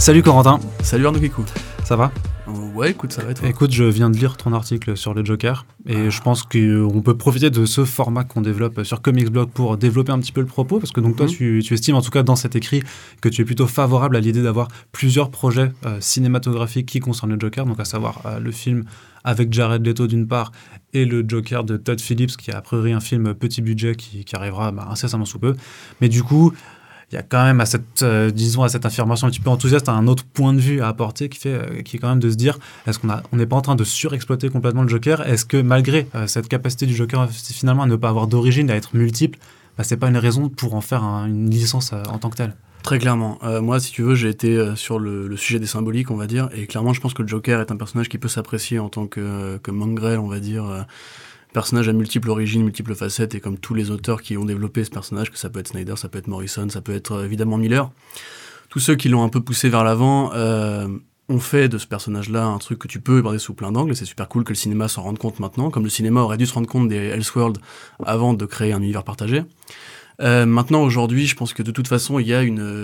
Salut Corentin. Salut Arnaud Kikou. Ça va ? Ouais, écoute, ça va être. Écoute, je viens de lire ton article sur le Joker et je pense qu'on peut profiter de ce format qu'on développe sur Comics Blog pour développer un petit peu le propos, parce que donc toi, tu estimes en tout cas dans cet écrit que tu es plutôt favorable à l'idée d'avoir plusieurs projets cinématographiques qui concernent le Joker, donc à savoir le film avec Jared Leto d'une part et le Joker de Todd Phillips qui est a priori un film petit budget qui arrivera incessamment sous peu. Mais du coup, il y a quand même à cette affirmation un petit peu enthousiaste un autre point de vue à apporter qui est quand même de se dire, est-ce qu'on n'est pas en train de surexploiter complètement le Joker ? Est-ce que malgré cette capacité du Joker finalement à ne pas avoir d'origine, à être multiple, c'est pas une raison pour en faire une licence en tant que telle ? Très clairement. Moi, si tu veux, j'ai été sur le sujet des symboliques, on va dire, et clairement, je pense que le Joker est un personnage qui peut s'apprécier en tant que mongrel, on va dire, personnage à multiples origines, multiples facettes, et comme tous les auteurs qui ont développé ce personnage, que ça peut être Snyder, ça peut être Morrison, ça peut être évidemment Miller, tous ceux qui l'ont un peu poussé vers l'avant ont fait de ce personnage-là un truc que tu peux aborder sous plein d'angles, et c'est super cool que le cinéma s'en rende compte maintenant, comme le cinéma aurait dû se rendre compte des Elseworlds avant de créer un univers partagé. Maintenant, aujourd'hui, je pense que de toute façon, il y a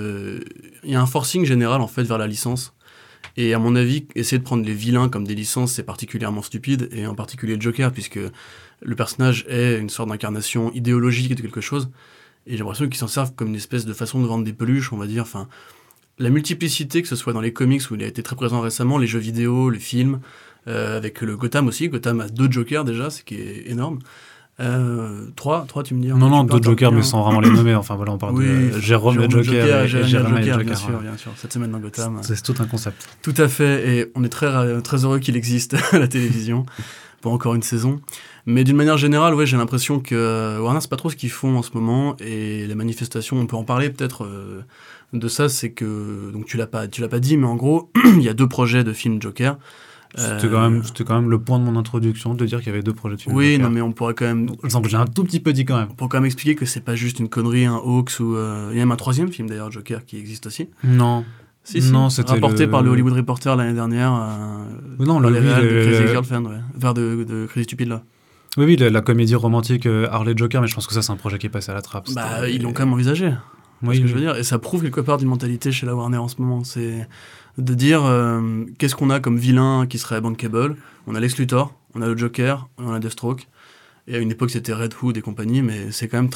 un forcing général en fait vers la licence. Et à mon avis, essayer de prendre les vilains comme des licences, c'est particulièrement stupide, et en particulier le Joker, puisque le personnage est une sorte d'incarnation idéologique de quelque chose, et j'ai l'impression qu'ils s'en servent comme une espèce de façon de vendre des peluches, on va dire. Enfin, la multiplicité, que ce soit dans les comics où il a été très présent récemment, les jeux vidéo, les films, avec le Gotham aussi. Gotham a 2 Jokers déjà, ce qui est énorme. 3, tu me dis? Non, 2 Jokers, mais sans vraiment les nommer. Enfin voilà, on parle de Jérôme le Joker et Jérémy le Joker. Bien sûr. Cette semaine dans Gotham. C'est tout un concept. Tout à fait, et on est très, très heureux qu'il existe à la télévision pour encore une saison. Mais d'une manière générale, ouais, j'ai l'impression que Warner, c'est pas trop ce qu'ils font en ce moment, et les manifestations, on peut en parler peut-être de ça, c'est que, donc tu l'as pas dit, mais en gros, il y a 2 projets de films Joker. C'était quand même le point de mon introduction de dire qu'il y avait 2 projets de films. Oui, Joker. non, mais on pourrait quand même. J'ai un tout petit peu dit quand même. On pourrait quand même expliquer que c'est pas juste une connerie, un hoax, ou. Il y a même un 3e film d'ailleurs, Joker, qui existe aussi. Non. Non, c'était rapporté par le Hollywood Reporter l'année dernière. Non, les réels de Crazy Girlfriend, ouais. Vers de Crazy Stupid là. Oui, la comédie romantique Harley Joker, mais je pense que ça c'est un projet qui est passé à la trappe. Ils l'ont quand même envisagé. Oui, ce que je veux dire, et ça prouve quelque part d'une mentalité chez la Warner en ce moment, c'est de dire qu'est-ce qu'on a comme vilain qui serait bankable. On a Lex Luthor, on a le Joker, on a Deathstroke, et à une époque c'était Red Hood et compagnie, mais c'est quand même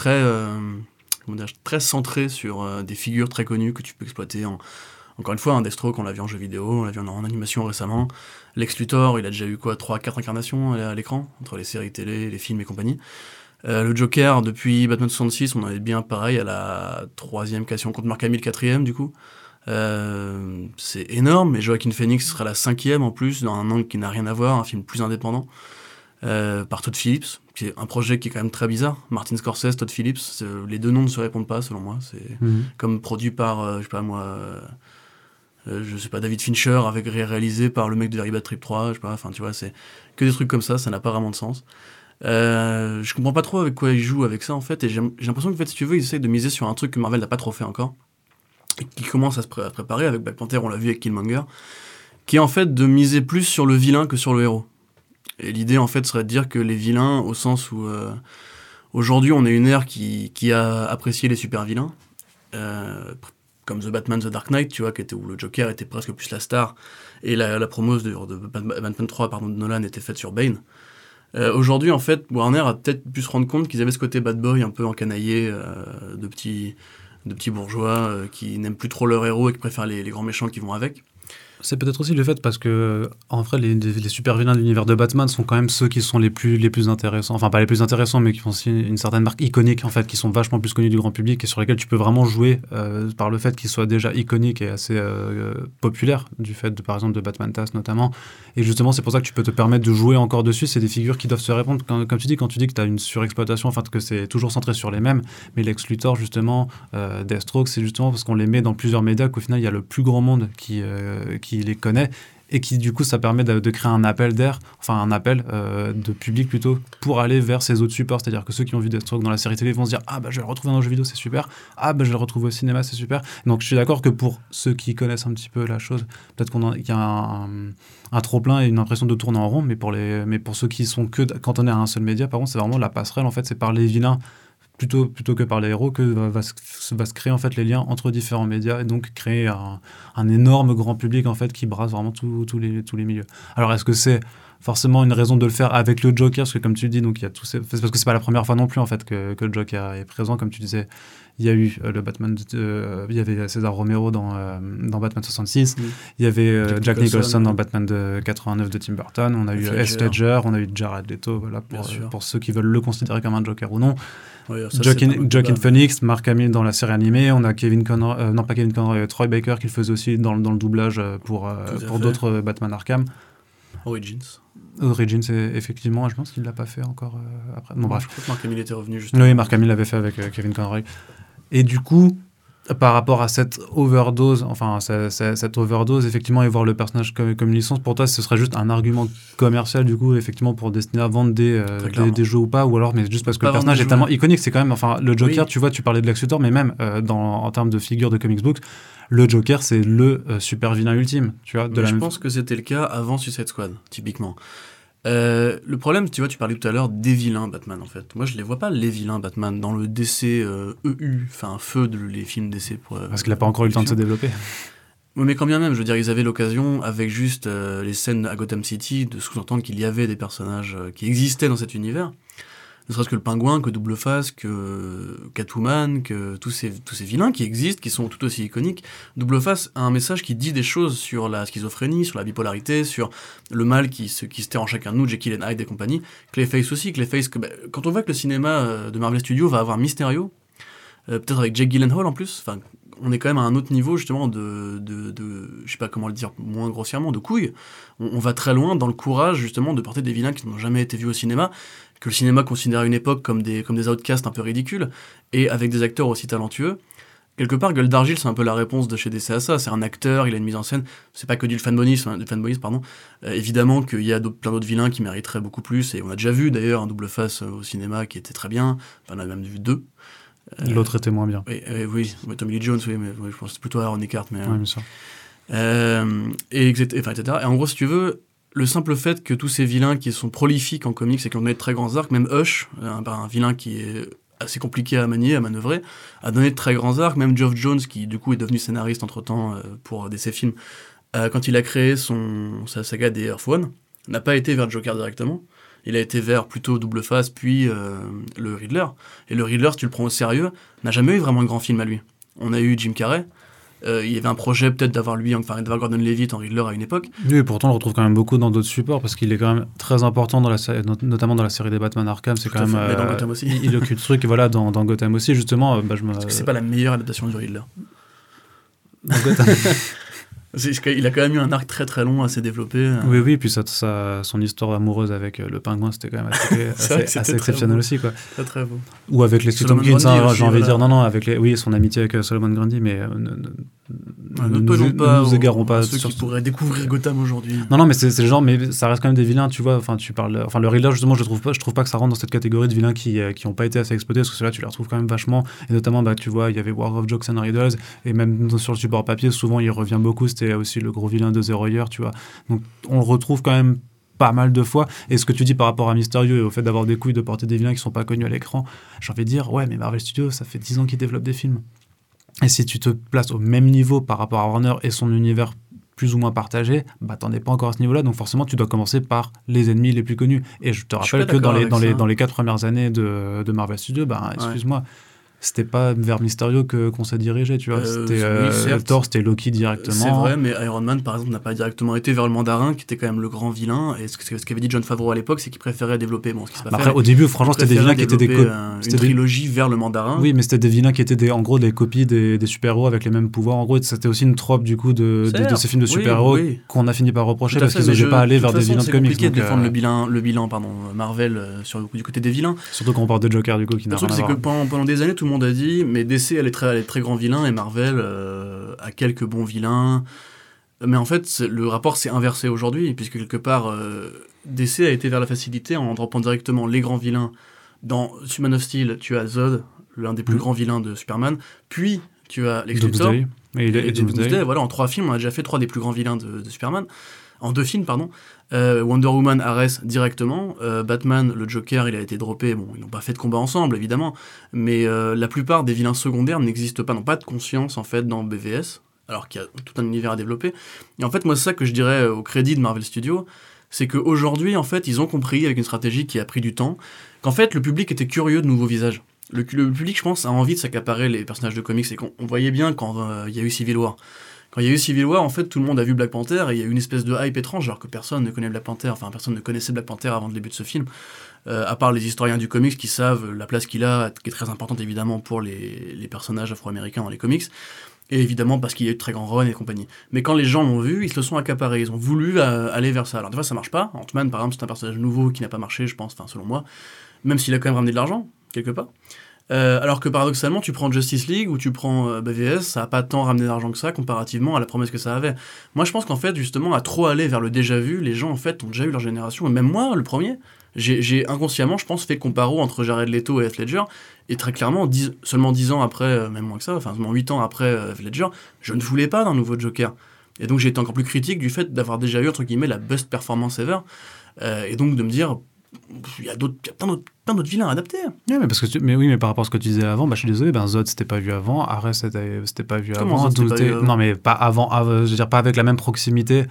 très centré sur des figures très connues que tu peux exploiter encore une fois, Deathstroke, on l'a vu en jeu vidéo, on l'a vu en animation récemment. Lex Luthor, il a déjà eu 3-4 incarnations à l'écran, entre les séries télé, les films et compagnie. Le Joker, depuis Batman 66, on en est bien pareil à la 3e question contre Mark Hamill, 4e du coup. C'est énorme, et Joaquin Phoenix sera la 5e en plus, dans un angle qui n'a rien à voir, un film plus indépendant, par Todd Phillips, qui est un projet qui est quand même très bizarre. Martin Scorsese, Todd Phillips, les 2 noms ne se répondent pas selon moi. C'est comme produit par, David Fincher, avec réalisé par le mec de Very Bad Trip 3, tu vois, c'est que des trucs comme ça n'a pas vraiment de sens. Je comprends pas trop avec quoi ils jouent avec ça en fait, et j'ai l'impression que en fait, si tu veux, ils essayent de miser sur un truc que Marvel n'a pas trop fait encore, et qui commence à se préparer avec Black Panther, on l'a vu avec Killmonger, qui est en fait de miser plus sur le vilain que sur le héros. Et l'idée en fait serait de dire que les vilains, au sens où aujourd'hui on est une ère qui a apprécié les super vilains, comme The Batman, The Dark Knight, tu vois, où le Joker était presque plus la star, et la promose de Batman 3 de Nolan était faite sur Bane. Aujourd'hui, en fait, Warner a peut-être pu se rendre compte qu'ils avaient ce côté bad boy un peu encanaillé, de petits bourgeois qui n'aiment plus trop leur héros et qui préfèrent les grands méchants qui vont avec. C'est peut-être aussi le fait parce que, en vrai, les super vilains de l'univers de Batman sont quand même ceux qui sont les plus intéressants. Enfin, pas les plus intéressants, mais qui font aussi une certaine marque iconique, en fait, qui sont vachement plus connus du grand public et sur lesquels tu peux vraiment jouer par le fait qu'ils soient déjà iconiques et assez populaires, du fait, par exemple, de Batman TAS notamment. Et justement, c'est pour ça que tu peux te permettre de jouer encore dessus. C'est des figures qui doivent se répondre. Comme tu dis, quand tu dis que tu as une surexploitation, enfin, que c'est toujours centré sur les mêmes, mais Lex Luthor, justement, Deathstroke, c'est justement parce qu'on les met dans plusieurs médias qu'au final, il y a le plus grand monde qui les connaît, et qui du coup ça permet de créer un appel d'air, enfin un appel de public plutôt, pour aller vers ces autres supports, c'est-à-dire que ceux qui ont vu Deathstroke dans la série télé vont se dire je vais le retrouver dans le jeu vidéo, c'est super, je vais le retrouver au cinéma, c'est super. Donc je suis d'accord que pour ceux qui connaissent un petit peu la chose, peut-être qu'il y a un trop-plein et une impression de tourner en rond, mais pour ceux qui sont que cantonnés à un seul média, par contre c'est vraiment la passerelle, en fait c'est par les vilains plutôt que par les héros que va se créer en fait les liens entre différents médias et donc créer un énorme grand public en fait qui brasse vraiment tous les milieux. Alors est-ce que c'est forcément une raison de le faire avec le Joker, parce que comme tu dis, donc il y a c'est parce que c'est pas la première fois non plus en fait que le Joker est présent, comme tu disais. Il y a eu le Batman, il y avait César Romero dans Batman 66, il y avait Jack Nicholson dans Batman de 89 de Tim Burton, on a eu Heath Ledger, on a eu Jared Leto, voilà, pour ceux qui veulent le considérer comme un Joker ou non. Oui, Joaquin Phoenix, Mark Hamill dans la série animée, on a Troy Baker qui le faisait aussi dans le doublage pour d'autres Batman Arkham. Origins, effectivement, je pense qu'il ne l'a pas fait encore après. Bon, bref. Je crois que Mark Hamill était revenu justement. Oui, Mark Hamill l'avait fait avec Kevin Conroy. Et du coup, par rapport à cette overdose, effectivement, et voir le personnage comme une licence, pour toi, ce serait juste un argument commercial, du coup, effectivement, pour destiner à vendre des jeux ou pas, ou alors, mais juste parce que le personnage est tellement iconique, c'est quand même, enfin, le Joker, tu vois, tu parlais de Lex Luthor, mais même en termes de figure de comics book, le Joker, c'est le super vilain ultime, tu vois. Je pense que c'était le cas avant Suicide Squad, typiquement. Le problème, tu vois, tu parlais tout à l'heure des vilains Batman, en fait. Moi, je les vois pas, les vilains Batman, dans le DC EU, enfin, feu les films DC. Parce qu'il a pas encore eu le temps de se développer. Oui, mais quand bien même, je veux dire, ils avaient l'occasion, avec juste les scènes à Gotham City, de sous-entendre qu'il y avait des personnages qui existaient dans cet univers. Ne serait-ce que le Pingouin, que Double Face, que Catwoman, que tous ces vilains qui existent, qui sont tout aussi iconiques. Double Face a un message qui dit des choses sur la schizophrénie, sur la bipolarité, sur le mal qui se terre en chacun de nous, Jekyll and Hyde et compagnie. Clayface aussi, quand on voit que le cinéma de Marvel Studios va avoir Mysterio, peut-être avec Jake Gyllenhaal en plus, enfin, on est quand même à un autre niveau justement de je sais pas comment le dire moins grossièrement, de couilles. On va très loin dans le courage justement de porter des vilains qui n'ont jamais été vus au cinéma, que le cinéma considérait à une époque comme des outcasts un peu ridicules, et avec des acteurs aussi talentueux. Quelque part, Gueule d'Argile, c'est un peu la réponse de chez DC à ça. C'est un acteur, il a une mise en scène, c'est pas que du fanboyisme, évidemment qu'il y a plein d'autres vilains qui mériteraient beaucoup plus, et on a déjà vu d'ailleurs un Double Face au cinéma qui était très bien, enfin, on a même vu 2. L'autre était moins bien. Oui, Tommy Lee Jones, oui, mais je pense que c'est plutôt Aaron Eckhart. Mais, oui, bien sûr. etc. Et en gros, si tu veux, le simple fait que tous ces vilains qui sont prolifiques en comics et qui ont donné de très grands arcs, même Hush, un vilain qui est assez compliqué à manier, à manœuvrer, a donné de très grands arcs, même Geoff Jones, qui du coup est devenu scénariste entre-temps pour DC Films, quand il a créé sa saga des Earth One, n'a pas été vers le Joker directement, il a été vers plutôt Double Face, puis le Riddler. Et le Riddler, si tu le prends au sérieux, n'a jamais eu vraiment un grand film à lui. On a eu Jim Carrey, il y avait un projet peut-être d'avoir Gordon Levitt en Riddler à une époque. Oui, et pourtant on le retrouve quand même beaucoup dans d'autres supports, parce qu'il est quand même très important dans notamment dans la série des Batman Arkham. C'est quand même, mais dans Gotham aussi. Il occupe ce truc, et voilà, dans Gotham aussi, justement. Parce que c'est pas la meilleure adaptation du Riddler. Dans Gotham. Il a quand même eu un arc très très long, assez développé. Oui, puis son histoire amoureuse avec le pingouin, c'était quand même assez exceptionnel aussi, quoi. Très très beau. Ou avec les Tompkins, j'ai envie de dire, non, avec son amitié avec Solomon Grundy, mais ne nous égarons pas ceux qui pourraient découvrir Gotham aujourd'hui. Non, mais c'est le genre, mais ça reste quand même des vilains, tu vois. Enfin, le Riddler, justement, je trouve pas que ça rentre dans cette catégorie de vilains qui ont pas été assez exploités, parce que ceux-là, tu les retrouves quand même vachement. Et notamment, tu vois, il y avait War of Jokes and Riddles, et même sur le support papier, souvent, il revient beaucoup. C'était aussi le gros vilain de Zero Year, tu vois. Donc, on le retrouve quand même pas mal de fois. Et ce que tu dis par rapport à Mysterio et au fait d'avoir des couilles de porter des vilains qui sont pas connus à l'écran, j'ai envie de dire, ouais, mais Marvel Studios, ça fait 10 ans qu'ils développent des films. Et si tu te places au même niveau par rapport à Warner et son univers plus ou moins partagé, t'en es pas encore à ce niveau-là, donc forcément tu dois commencer par les ennemis les plus connus. Et je te rappelle que dans les 4 premières années de Marvel Studios, excuse-moi, c'était pas vers Mysterio qu'on s'est dirigé, tu vois. C'était Thor, c'était Loki directement. C'est vrai, mais Iron Man, par exemple, n'a pas directement été vers le Mandarin, qui était quand même le grand vilain. Et ce qu'avait dit Jon Favreau à l'époque, c'est qu'il préférait développer. Ce qui s'est pas fait. Après, au début, franchement, c'était des vilains qui étaient une trilogie vers le Mandarin. Oui, mais c'était des vilains qui étaient en gros des copies des super-héros avec les mêmes pouvoirs. En gros, c'était aussi une trope du coup de ces films de super-héros qu'on a fini par reprocher parce qu'ils n'osaient pas aller vers des vilains de comics. C'est compliqué de défendre le bilan Marvel du côté des vilains. Surtout quand on parle de Joker, du coup, qui n'a rien à voir. C'est que pendant des années, tout le monde a dit, mais DC elle est très grand vilain et Marvel a quelques bons vilains, mais en fait le rapport s'est inversé aujourd'hui, puisque quelque part DC a été vers la facilité en droppant directement les grands vilains. Dans Man of Steel, tu as Zod, l'un des plus grands vilains de Superman, puis tu as Lex Luthor et Doomsday. Voilà, en 3 films on a déjà fait 3 des plus grands vilains de Superman, en 2 films pardon. Wonder Woman, Ares directement. Batman, le Joker, il a été droppé. Bon, ils n'ont pas fait de combat ensemble, évidemment. Mais la plupart des vilains secondaires n'existent pas, n'ont pas de conscience, en fait, dans BVS, alors qu'il y a tout un univers à développer. Et en fait, moi, c'est ça que je dirais au crédit de Marvel Studios, c'est qu'aujourd'hui, en fait, ils ont compris, avec une stratégie qui a pris du temps, qu'en fait, le public était curieux de nouveaux visages. Le public, je pense, a envie de s'accaparer les personnages de comics, et qu'on voyait bien quand il y a eu Civil War. Quand il y a eu Civil War, en fait, tout le monde a vu Black Panther, et il y a eu une espèce de hype étrange, alors que personne ne connaît Black Panther, enfin, personne ne connaissait Black Panther avant le début de ce film, à part les historiens du comics qui savent la place qu'il a, qui est très importante, évidemment, pour les personnages afro-américains dans les comics, et évidemment parce qu'il y a eu de très grands runs et compagnie. Mais quand les gens l'ont vu, ils se le sont accaparés, ils ont voulu aller vers ça. Alors des fois ça marche pas, Ant-Man par exemple c'est un personnage nouveau qui n'a pas marché je pense, enfin selon moi, même s'il a quand même ramené de l'argent, quelque part. Alors que paradoxalement tu prends Justice League ou tu prends BVS, ça a pas tant ramené d'argent que ça comparativement à la promesse que ça avait. Moi je pense qu'en fait justement à trop aller vers le déjà vu, les gens en fait ont déjà eu leur génération, et même moi le premier, j'ai inconsciemment je pense fait le comparo entre Jared Leto et Heath Ledger, et très clairement seulement 10 ans après, même moins que ça, enfin seulement 8 ans après Heath Ledger, je ne voulais pas d'un nouveau Joker. Et donc j'ai été encore plus critique du fait d'avoir déjà eu entre guillemets la best performance ever, et donc de me dire il y a plein d'autres vilains adaptés. Ouais, mais par rapport à ce que tu disais avant, je suis désolé, Zod c'était pas vu avant, Ares c'était pas vu Comment avant. ça, c'était pas vu avant ? Non mais pas avant, je veux dire pas avec la même proximité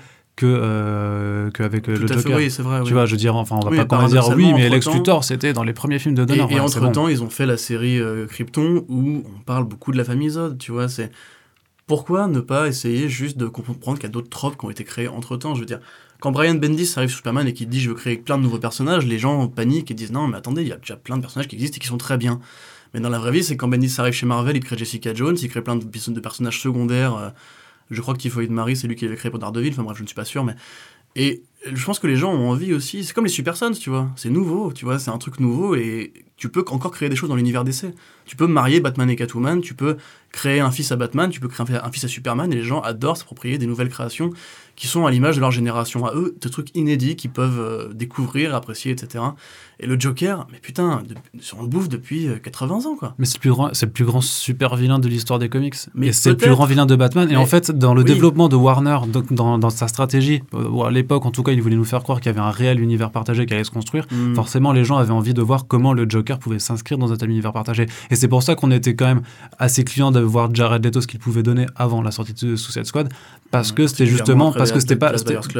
qu'avec le Joker. Fait, oui, c'est vrai. Tu vois, je veux dire, enfin, on va oui, pas quand même dire oui, mais Lex temps, Luthor, c'était dans les premiers films de Donner. Et entre-temps, ils ont fait la série Krypton, où on parle beaucoup de la famille Zod, tu vois, c'est... Pourquoi ne pas essayer juste de comprendre qu'il y a d'autres tropes qui ont été créés entre-temps, je veux dire... Quand Brian Bendis arrive sur Superman et qu'il dit « je veux créer plein de nouveaux personnages », les gens paniquent et disent « non, mais attendez, il y a déjà plein de personnages qui existent et qui sont très bien ». Mais dans la vraie vie, c'est quand Bendis arrive chez Marvel, il crée Jessica Jones, il crée plein de personnages secondaires. Je crois que Typhoid Mary, c'est lui qui l'avait créé pour Daredevil, enfin bref, je ne suis pas sûr, mais... Et je pense que les gens ont envie aussi, c'est comme les Super Sons, tu vois, c'est nouveau, tu vois, c'est un truc nouveau, et tu peux encore créer des choses dans l'univers DC. Tu peux marier Batman et Catwoman, tu peux créer un fils à Batman, tu peux créer un fils à Superman, et les gens adorent s'approprier des nouvelles créations qui sont à l'image de leur génération à eux, des trucs inédits qu'ils peuvent découvrir, apprécier, etc. Et le Joker, mais putain, on le bouffe depuis 80 ans, quoi. Mais c'est le plus grand super vilain de l'histoire des comics. Mais et c'est le plus grand vilain de Batman. Et en fait, dans le développement de Warner, dans sa stratégie, à l'époque, en tout cas, il voulait nous faire croire qu'il y avait un réel univers partagé qui allait se construire. Forcément, les gens avaient envie de voir comment le Joker pouvait s'inscrire dans un tel univers partagé. Et c'est pour ça qu'on était quand même assez clients de voir Jared Leto ce qu'il pouvait donner avant la sortie de Suicide Squad, parce que c'était justement, parce que c'était pas,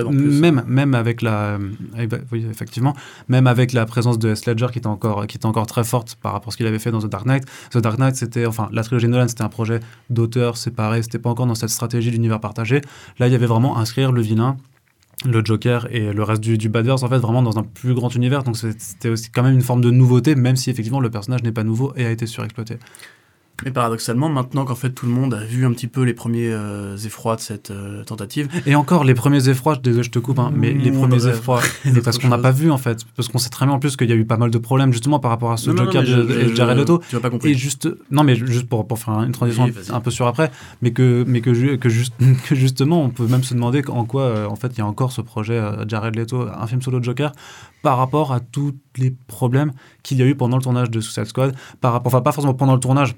même avec la, oui, effectivement, même avec la présence de Heath Ledger qui était encore très forte par rapport à ce qu'il avait fait dans The Dark Knight. The Dark Knight, c'était, enfin, la trilogie Nolan, c'était un projet d'auteur séparé, c'était pas encore dans cette stratégie d'univers partagé. Là, il y avait vraiment inscrire le vilain, le Joker et le reste du Badverse en fait vraiment dans un plus grand univers, donc c'était aussi quand même une forme de nouveauté, même si effectivement le personnage n'est pas nouveau et a été surexploité. Mais paradoxalement, maintenant qu'en fait tout le monde a vu un petit peu les premiers effrois de cette tentative... Et encore, les premiers effrois, désolé, je te coupe, mais les premiers effrois, c'est parce qu'on n'a pas vu en fait, parce qu'on sait très bien en plus qu'il y a eu pas mal de problèmes justement par rapport à ce Joker de Jared Leto. Tu vas pas compris. Et juste pour faire une transition un peu sur après, mais que justement, on peut même se demander en quoi en fait il y a encore ce projet Jared Leto, un film solo de Joker, par rapport à tous les problèmes qu'il y a eu pendant le tournage de Suicide Squad, enfin pas forcément pendant le tournage.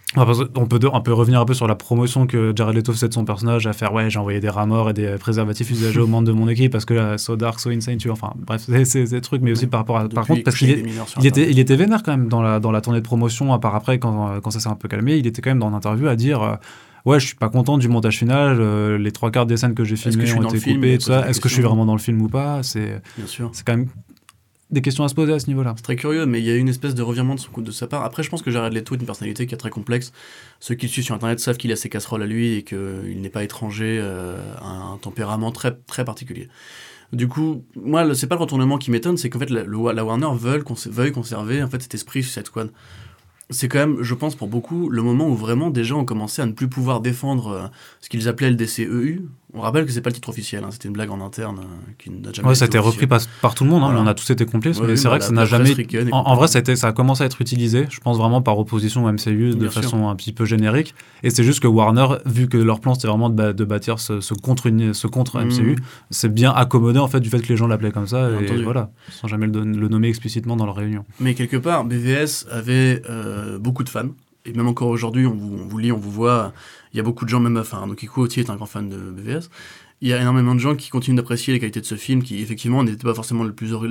On peut revenir un peu sur la promotion que Jared Leto faisait de son personnage, à faire j'ai envoyé des rats morts et des préservatifs usagés aux membres de mon équipe parce que so dark, so insane, tu vois, enfin bref, c'est des trucs, mais aussi par rapport à... Par contre, parce qu'il était vénère quand même dans la tournée de promotion, à part après quand ça s'est un peu calmé, il était quand même dans l'interview à dire je suis pas content du montage final, les 3/4 des scènes que j'ai filmées ont été coupées, tout ça, est-ce que je suis vraiment dans le film ou pas, c'est quand même des questions à se poser à ce niveau-là. C'est très curieux, mais il y a une espèce de revirement de sa part. Après, je pense que Jared Leto est une personnalité qui est très complexe. Ceux qui le suivent sur Internet savent qu'il a ses casseroles à lui et qu'il n'est pas étranger à un tempérament très, très particulier. Du coup, moi, c'est pas le retournement qui m'étonne, c'est qu'en fait, la Warner veuille conserver en fait, cet esprit Suicide Squad. C'est quand même, je pense, pour beaucoup, le moment où vraiment des gens ont commencé à ne plus pouvoir défendre ce qu'ils appelaient le DCEU. On rappelle que c'est pas le titre officiel, c'était une blague en interne qui n'a jamais été ça a été repris par tout le monde, voilà. On a tous été complices, mais c'est vrai que ça n'a jamais... En vrai, ça a commencé à être utilisé, je pense vraiment par opposition au MCU de façon un petit peu générique, et c'est juste que Warner, vu que leur plan c'était vraiment de bâtir ce contre MCU, c'est bien accommodé en fait du fait que les gens l'appelaient comme ça, et voilà, sans jamais le nommer explicitement dans leur réunion. Mais quelque part, BVS avait beaucoup de fans. Et même encore aujourd'hui, on vous lit, on vous voit, il y a beaucoup de gens, même, Arnaud Kikou aussi est un grand fan de BVS, il y a énormément de gens qui continuent d'apprécier les qualités de ce film, qui effectivement n'était pas forcément le plus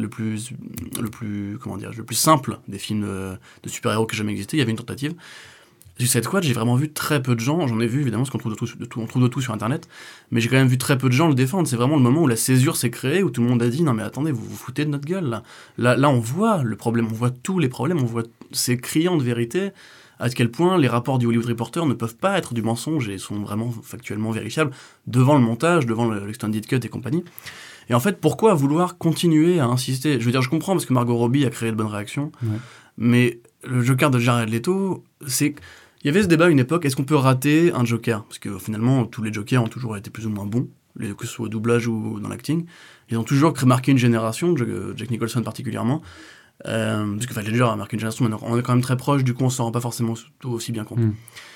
simple des films de super-héros qui a jamais existé. Il y avait une tentative. Suicide Squad, j'ai vraiment vu très peu de gens, j'en ai vu évidemment parce qu'on trouve on trouve de tout sur internet, mais j'ai quand même vu très peu de gens le défendre. C'est vraiment le moment où la césure s'est créée, où tout le monde a dit non mais attendez, vous vous foutez de notre gueule là on voit le problème, on voit tous les problèmes, c'est criant de vérité à quel point les rapports du Hollywood Reporter ne peuvent pas être du mensonge et sont vraiment factuellement vérifiables devant le montage, devant l'extended cut et compagnie. Et en fait, pourquoi vouloir continuer à insister ? Je veux dire, je comprends parce que Margot Robbie a créé de bonnes réactions, mais le Joker de Jared Leto, c'est... Il y avait ce débat à une époque, est-ce qu'on peut rater un Joker ? Parce que finalement, tous les Jokers ont toujours été plus ou moins bons, que ce soit au doublage ou dans l'acting. Ils ont toujours marqué une génération, Jack Nicholson particulièrement. Parce que Ledger a marqué une génération, mais on est quand même très proche, du coup on s'en rend pas forcément aussi bien compte.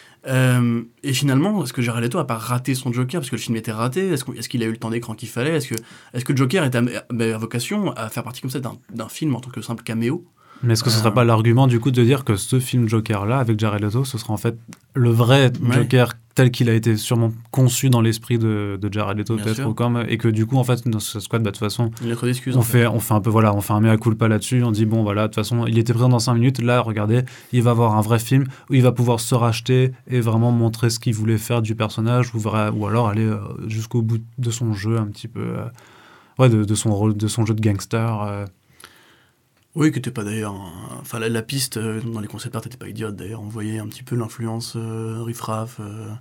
Et finalement, est-ce que Jared Leto a pas raté son Joker parce que le film était raté ? Est-ce qu'il a eu le temps d'écran qu'il fallait ? Est-ce que Joker était à vocation à faire partie comme ça d'un film en tant que simple caméo ? Mais est-ce que ce serait pas l'argument du coup de dire que ce film Joker-là, avec Jared Leto, ce sera en fait le vrai Joker tel qu'il a été sûrement conçu dans l'esprit de Jared Leto, bien peut-être, ou comme, et que du coup, en fait, dans ce squad, de toute façon, on fait un peu, on fait un mea culpa là-dessus, on dit, bon, voilà, de toute façon, il était présent dans 5 minutes, là, regardez, il va avoir un vrai film où il va pouvoir se racheter et vraiment montrer ce qu'il voulait faire du personnage, ou alors aller jusqu'au bout de son jeu, un petit peu, de son rôle, de son jeu de gangster. Oui, que t'es pas d'ailleurs... Enfin, la piste dans les concept art t'étais pas idiote, d'ailleurs. On voyait un petit peu l'influence riff-raff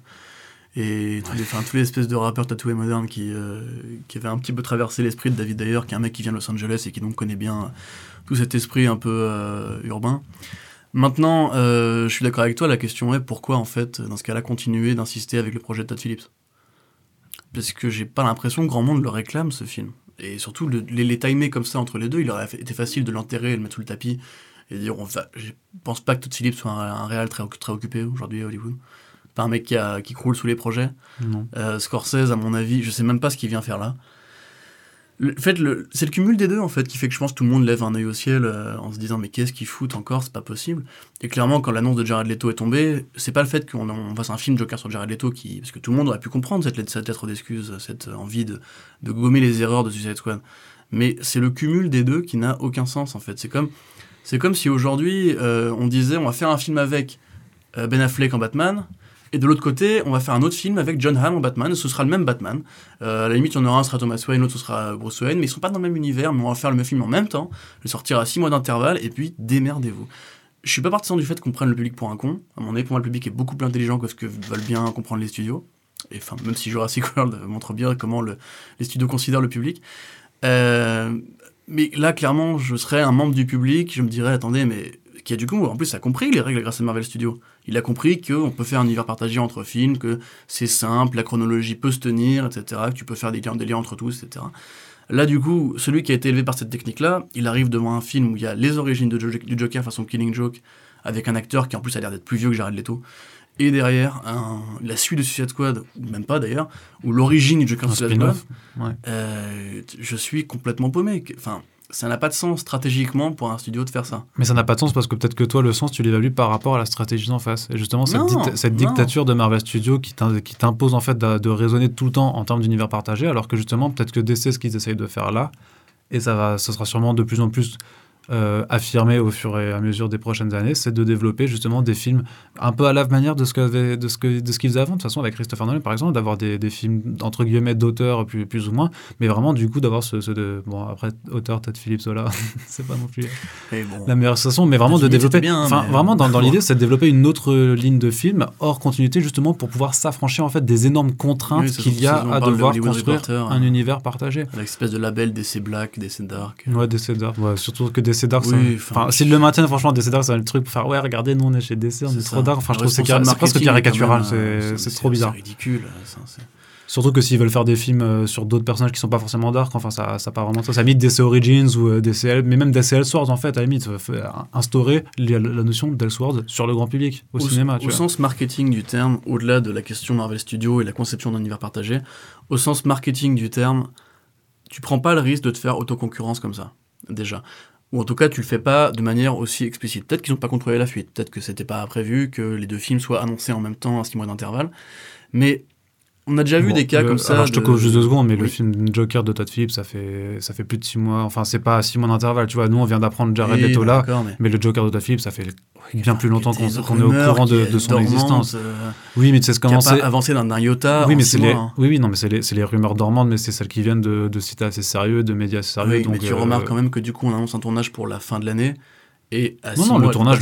et tous les espèces de rappeurs tatoués modernes qui avaient un petit peu traversé l'esprit de David Ayer, qui est un mec qui vient de Los Angeles et qui donc connaît bien tout cet esprit un peu urbain. Maintenant, je suis d'accord avec toi, la question est pourquoi, en fait, dans ce cas-là, continuer d'insister avec le projet de Todd Phillips ? Parce que j'ai pas l'impression que grand monde le réclame, ce film. Et surtout, les timer comme ça entre les deux, il aurait été facile de l'enterrer et le mettre sous le tapis et dire je pense pas que Todd Phillips soit un réal très occupé aujourd'hui à Hollywood. Pas un mec qui croule sous les projets. Scorsese, à mon avis, je sais même pas ce qu'il vient faire là. C'est le cumul des deux en fait qui fait que je pense que tout le monde lève un œil au ciel en se disant mais qu'est-ce qu'ils foutent encore, c'est pas possible. Et clairement, quand l'annonce de Jared Leto est tombée, c'est pas le fait qu'on fasse un film Joker sur Jared Leto parce que tout le monde aurait pu comprendre cette lettre d'excuse, cette envie de gommer les erreurs de Suicide Squad. Mais c'est le cumul des deux qui n'a aucun sens en fait. C'est comme si aujourd'hui on disait on va faire un film avec Ben Affleck en Batman. Et de l'autre côté, on va faire un autre film avec John Hamm en Batman, ce sera le même Batman. À la limite, il y en aura un, ce sera Thomas Wayne, l'autre, ce sera Bruce Wayne, mais ils sont pas dans le même univers, mais on va faire le même film en même temps, le sortir à 6 mois d'intervalle, et puis démerdez-vous. Je suis pas partisan du fait qu'on prenne le public pour un con. À mon avis, pour moi, le public est beaucoup plus intelligent que ce que veulent bien comprendre les studios. Et enfin, même si Jurassic World montre bien comment les studios considèrent le public. Mais là, clairement, je serais un membre du public, je me dirais, attendez, mais qui a du coup, en plus, a compris les règles grâce à Marvel Studios. Il a compris qu'on peut faire un univers partagé entre films, que c'est simple, la chronologie peut se tenir, etc., que tu peux faire des liens entre tous, etc. Là, du coup, celui qui a été élevé par cette technique-là, il arrive devant un film où il y a les origines du Joker façon Killing Joke, avec un acteur qui en plus a l'air d'être plus vieux que Jared Leto, et derrière, la suite de Suicide Squad, ou même pas d'ailleurs, ou l'origine du Joker de Suicide Squad, je suis complètement paumé. Enfin, ça n'a pas de sens stratégiquement pour un studio de faire ça. Mais ça n'a pas de sens parce que peut-être que toi, le sens, tu l'évalues par rapport à la stratégie d'en face. Et justement, cette dictature de Marvel Studios qui t'impose en fait de raisonner tout le temps en termes d'univers partagé, alors que justement, peut-être que DC, ce qu'ils essayent de faire là, et ça sera sûrement de plus en plus affirmé au fur et à mesure des prochaines années, c'est de développer justement des films un peu à la manière de ce qu'ils faisaient avant, de toute façon avec Christopher Nolan par exemple, d'avoir des films entre guillemets d'auteur plus ou moins, mais vraiment du coup d'avoir bon après auteur Todd Phillips là c'est pas non plus la meilleure façon, mais vraiment de développer vraiment dans l'idée c'est de développer une autre ligne de film hors continuité justement pour pouvoir s'affranchir en fait des énormes contraintes qu'il y a à devoir construire un univers partagé avec cette espèce de label DC Black, DC Dark. DC Dark, surtout que DC Dark, s'ils le maintiennent, franchement, DC Dark, c'est le truc pour faire, regardez, nous on est chez DC, on est trop dark. Enfin, je trouve que c'est presque caricatural, c'est trop bizarre. C'est ridicule. Surtout que s'ils veulent faire des films sur d'autres personnages qui sont pas forcément dark, enfin, ça part vraiment ça imite DC Origins ou DC, mais même DC Elseworlds, en fait, à la limite, instaurer la notion d'Elseworlds sur le grand public, au cinéma. Au sens marketing du terme, au-delà de la question Marvel Studios et la conception d'un univers partagé, au sens marketing du terme, tu prends pas le risque de te faire autoconcurrence comme ça, déjà. Ou en tout cas, tu le fais pas de manière aussi explicite. Peut-être qu'ils n'ont pas contrôlé la fuite, peut-être que c'était pas prévu que les deux films soient annoncés en même temps à 6 mois d'intervalle, mais On a déjà vu des cas comme ça. Alors je te coupe juste 2 secondes, mais le film Joker de Todd Phillips, ça fait plus de 6 mois. Enfin, c'est pas 6 mois d'intervalle, tu vois. Nous, on vient d'apprendre Jared Leto là, mais le Joker de Todd Phillips, ça fait bien plus longtemps qu'on est au courant de son existence. Oui, mais tu sais comment c'est. Qui a pas avancé d'un iota. Oui, mais c'est les rumeurs dormantes, mais c'est celles qui viennent de sites assez sérieux, de médias assez sérieux. Oui, donc, mais tu remarques quand même que du coup, on annonce un tournage pour la fin de l'année. Et non, le tournage,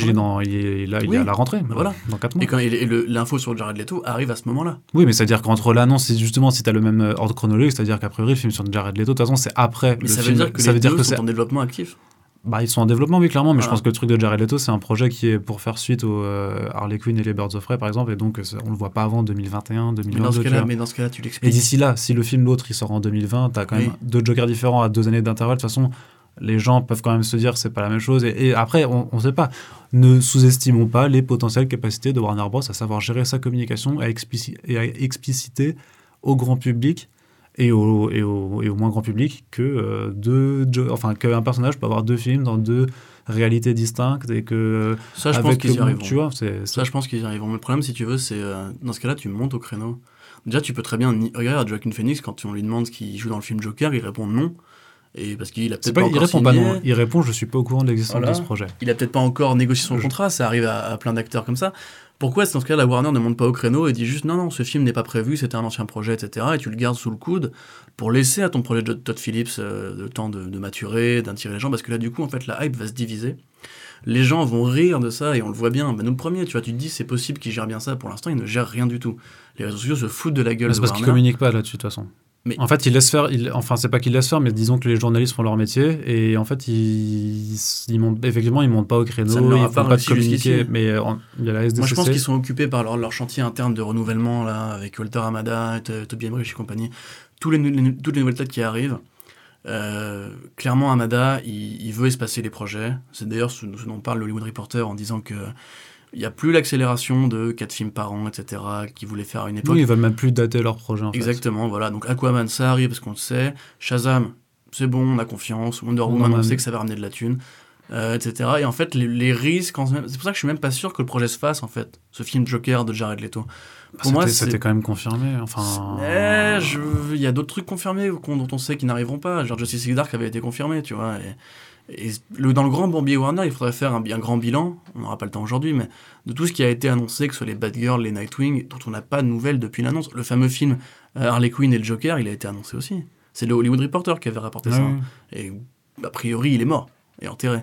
il est à la rentrée, voilà. Dans 4 mois. Et l'info sur Jared Leto arrive à ce moment-là. Oui, mais c'est-à-dire qu'entre l'annonce, justement, si tu as le même ordre chronologique, c'est-à-dire qu'à priori, le film sur Jared Leto, de toute façon, c'est après mais le ça film. Veut dire que ça les veut dire deux que sont en développement actif. Bah, ils sont en développement, oui, clairement, mais je pense que le truc de Jared Leto, c'est un projet qui est pour faire suite au Harley Quinn et les Birds of Prey, par exemple, et donc on le voit pas avant 2021, 2022. Mais dans ce cas-là, tu l'expliques. Et d'ici là, si le film, l'autre, il sort en 2020, t'as quand même 2 Jokers différents à 2 années d'intervalle, de toute façon. Les gens peuvent quand même se dire que c'est pas la même chose. Et après, on sait pas. Ne sous-estimons pas les potentielles capacités de Warner Bros. À savoir gérer sa communication et à expliciter au grand public et au moins grand public que qu'un personnage peut avoir 2 films dans 2 réalités distinctes et que ça, je pense qu'ils y arriveront. Tu vois, ça, je pense qu'ils y arriveront. Mais le problème, si tu veux, c'est dans ce cas-là, tu montes au créneau. Déjà, tu peux très bien regarder Joaquin Phoenix quand on lui demande ce qu'il joue dans le film Joker, il répond non. Et parce qu'il a peut-être pas encore répond signé. Pas non. Il répond je suis pas au courant de l'existence de ce projet. Il a peut-être pas encore négocié son contrat, ça arrive à plein d'acteurs comme ça. Pourquoi dans ce cas la Warner ne monte pas au créneau et dit juste non, ce film n'est pas prévu, c'était un ancien projet, etc. Et tu le gardes sous le coude pour laisser à ton projet de Todd Phillips le temps de maturer, d'attirer les gens, parce que là du coup en fait la hype va se diviser. Les gens vont rire de ça et on le voit bien. Nous le premier, tu te dis c'est possible qu'il gère bien ça. Pour l'instant, il ne gère rien du tout. Les réseaux sociaux se foutent de la gueule de Warner. C'est parce qu'ils communiquent pas là-dessus de toute façon. Mais en fait, ils laissent faire. C'est pas qu'ils laissent faire, mais disons que les journalistes font leur métier et en fait, ils montent pas au créneau, ils font pas de communiquer. Mais il y a la SDCC. Moi, je pense qu'ils sont occupés par leur chantier interne de renouvellement là, avec Walter Hamada, Toby Emmerich et compagnie. Toutes les nouvelles têtes qui arrivent. Clairement, Hamada, il veut espacer les projets. C'est d'ailleurs ce dont parle le Hollywood Reporter en disant que il n'y a plus l'accélération de 4 films par an, etc., qu'ils voulaient faire à une époque. Oui, ils veulent même plus dater leur projet, en fait. Exactement, voilà. Donc Aquaman, ça arrive parce qu'on le sait. Shazam, c'est bon, on a confiance. Wonder Woman, on sait que ça va ramener de la thune, etc. Et en fait, les risques... C'est pour ça que je suis même pas sûr que le projet se fasse, en fait. Ce film Joker de Jared Leto. Pour moi, c'était quand même confirmé. Il y a d'autres trucs confirmés dont on sait qu'ils n'arriveront pas. Genre Justice League Dark avait été confirmé, tu vois. Et dans le grand bourbier Warner, il faudrait faire un grand bilan, on n'aura pas le temps aujourd'hui, mais de tout ce qui a été annoncé, que ce soit les Batgirl, les Nightwing, dont on n'a pas de nouvelles depuis l'annonce. Le fameux film Harley Quinn et le Joker, il a été annoncé aussi. C'est le Hollywood Reporter qui avait rapporté ça. Et a priori, il est mort et enterré.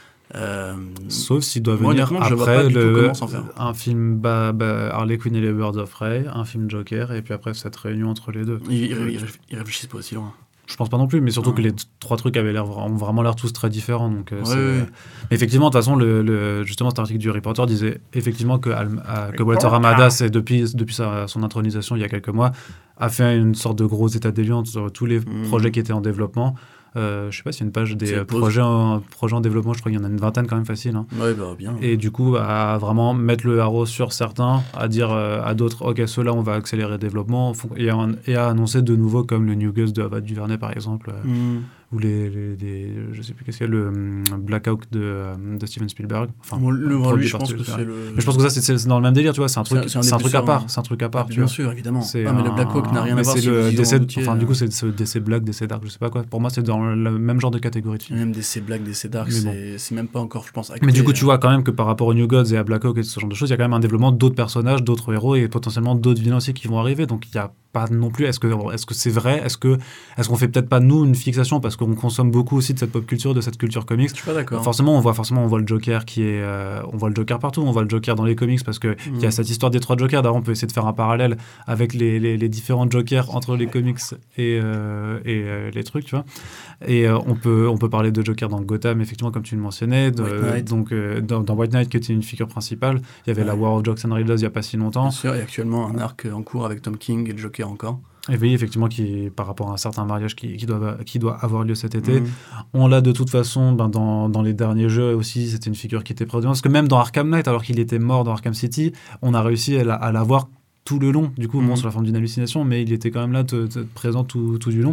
Sauf s'il doit venir après un film Harley Quinn et les Birds of Prey, un film Joker, et puis après cette réunion entre les deux. Ils réfléchissent pas aussi loin. Je pense pas non plus, mais surtout que les 3 trucs ont vraiment l'air tous très différents. Donc, Mais effectivement, de toute façon, justement, cet article du Reporter disait effectivement que Walter Hamada, depuis son intronisation il y a quelques mois, a fait une sorte de gros état des lieux sur tous les projets qui étaient en développement. Je sais pas s'il y a une page des projets en développement, je crois qu'il y en a une 20aine quand même facile. Hein. Ouais, bah, bien. Et du coup, à vraiment mettre le haro sur certains, à dire à d'autres, ok, ceux-là, on va accélérer le développement, et à annoncer de nouveau, comme le New Gus de Ava DuVernay, par exemple, ou je sais plus qu'est-ce qu'il y a, le Black Hawk de Steven Spielberg. Enfin, lui, je pense que c'est le... Mais je pense que ça, c'est dans le même délire, tu vois, c'est un truc à part. C'est un truc à part, bien sûr, évidemment. Mais le Black Hawk n'a rien à voir avec du coup, c'est ce DC Black, DC Dark, je sais pas quoi. Pour moi, c'est dans le même genre de catégorie de film. Même DC Black, DC Dark, c'est même pas encore, je pense, acté. Mais du coup, tu vois quand même que par rapport aux New Gods et à Black Hawk et ce genre de choses, il y a quand même un développement d'autres personnages, d'autres héros et potentiellement d'autres vilains aussi qui vont arriver. Donc il y a pas non plus. Est-ce que c'est vrai ? Est-ce qu'on fait peut-être pas nous une fixation parce qu'on consomme beaucoup aussi de cette pop culture, de cette culture comics ? Je suis pas d'accord. Forcément, on voit le Joker on voit le Joker partout. On voit le Joker dans les comics parce que il y a cette histoire des 3 Jokers. D'ailleurs, on peut essayer de faire un parallèle avec les différents Jokers entre les comics et les trucs, tu vois. Et on peut parler de Joker dans Gotham, effectivement, comme tu le mentionnais. Dans White Knight, qui était une figure principale. Il y avait la War of Jokes and Riddles il y a pas si longtemps. Bien sûr, il y a actuellement un arc en cours avec Tom King et le Joker encore. Et oui, effectivement, par rapport à un certain mariage qui doit avoir lieu cet été. On l'a de toute façon dans les derniers jeux aussi, c'était une figure qui était présente. Parce que même dans Arkham Knight, alors qu'il était mort dans Arkham City, on a réussi à l'avoir tout le long, du coup, sur la forme d'une hallucination, mais il était quand même là, présent tout du long.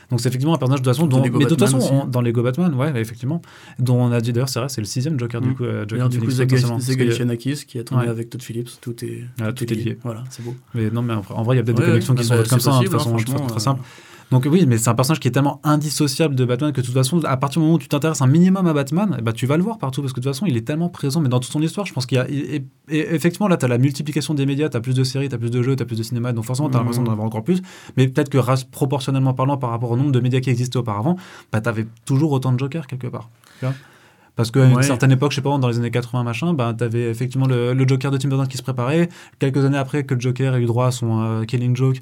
Donc c'est effectivement un personnage de toute façon, mais de toute façon, dans Lego Batman, ouais, effectivement, dont on a dit d'ailleurs, c'est vrai, c'est le 6e Joker du coup. Du coup, Zach Galifianakis qui a tourné avec Todd Phillips, tout est lié. Voilà, c'est beau. Mais non, mais en vrai, il y a peut-être des connexions qui sont comme ça, de toute façon, très simple. Donc oui, mais c'est un personnage qui est tellement indissociable de Batman que de toute façon, à partir du moment où tu t'intéresses un minimum à Batman, bah, tu vas le voir partout parce que de toute façon, il est tellement présent. Mais dans toute son histoire, je pense qu'il y a... Et effectivement, là, tu as la multiplication des médias, tu as plus de séries, tu as plus de jeux, tu as plus de cinéma, donc forcément, tu as l'impression d'en avoir encore plus. Mais peut-être que proportionnellement parlant par rapport au nombre de médias qui existaient auparavant, bah, tu avais toujours autant de Joker quelque part. Tu vois, parce qu'à une certaine époque, je sais pas, dans les années 80, machin, bah, t'avais effectivement le Joker de Tim Burton qui se préparait. Quelques années après que le Joker ait eu droit à son Killing Joke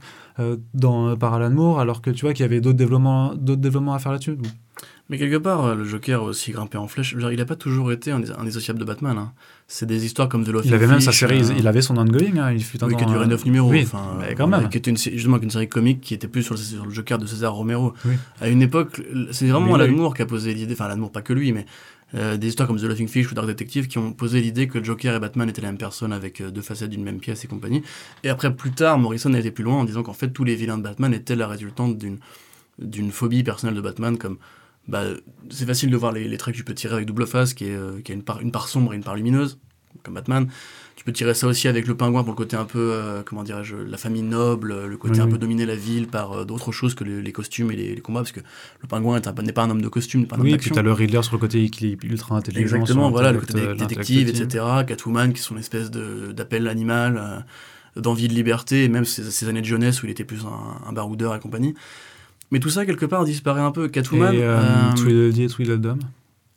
par Alan Moore, alors que tu vois qu'il y avait d'autres développements à faire là-dessus. Bon. Mais quelque part, le Joker a aussi grimpé en flèche. Il n'a pas toujours été indissociable de Batman. Hein. C'est des histoires comme The Laughing Fish. Il avait même sa série, il avait son ongoing. Hein, il fut qui a duré 9 numéros. Oui, mais quand même. Qui était justement une série comique qui était plus sur le Joker de César Romero. Oui. À une époque, c'est vraiment Alan Moore qui a posé l'idée, enfin Alan Moore, pas que lui, mais des histoires comme The Laughing Fish ou Dark Detective qui ont posé l'idée que Joker et Batman étaient la même personne avec deux facettes d'une même pièce et compagnie. Et après, plus tard, Morrison a été plus loin en disant qu'en fait, tous les vilains de Batman étaient la résultante d'une phobie personnelle de Batman, comme bah, c'est facile de voir les traits que tu peux tirer avec Double Face, qui a une part sombre et une part lumineuse, comme Batman. Tu peux tirer ça aussi avec le Pingouin pour le côté un peu, comment dirais-je, la famille noble, le côté un peu dominer la ville par d'autres choses que les costumes et les combats, parce que le Pingouin n'est pas un homme de costume, n'est pas un homme d'action. Oui, puis t'as le Riddler sur le côté qui est ultra intelligent. Exactement, voilà, le côté détective, etc. Catwoman, qui sont une espèce d'appel animal, d'envie de liberté, et même ces années de jeunesse où il était plus un baroudeur et compagnie. Mais tout ça, quelque part, disparaît un peu. Catwoman... Et Tweedledee et Tweedledum. Comment ?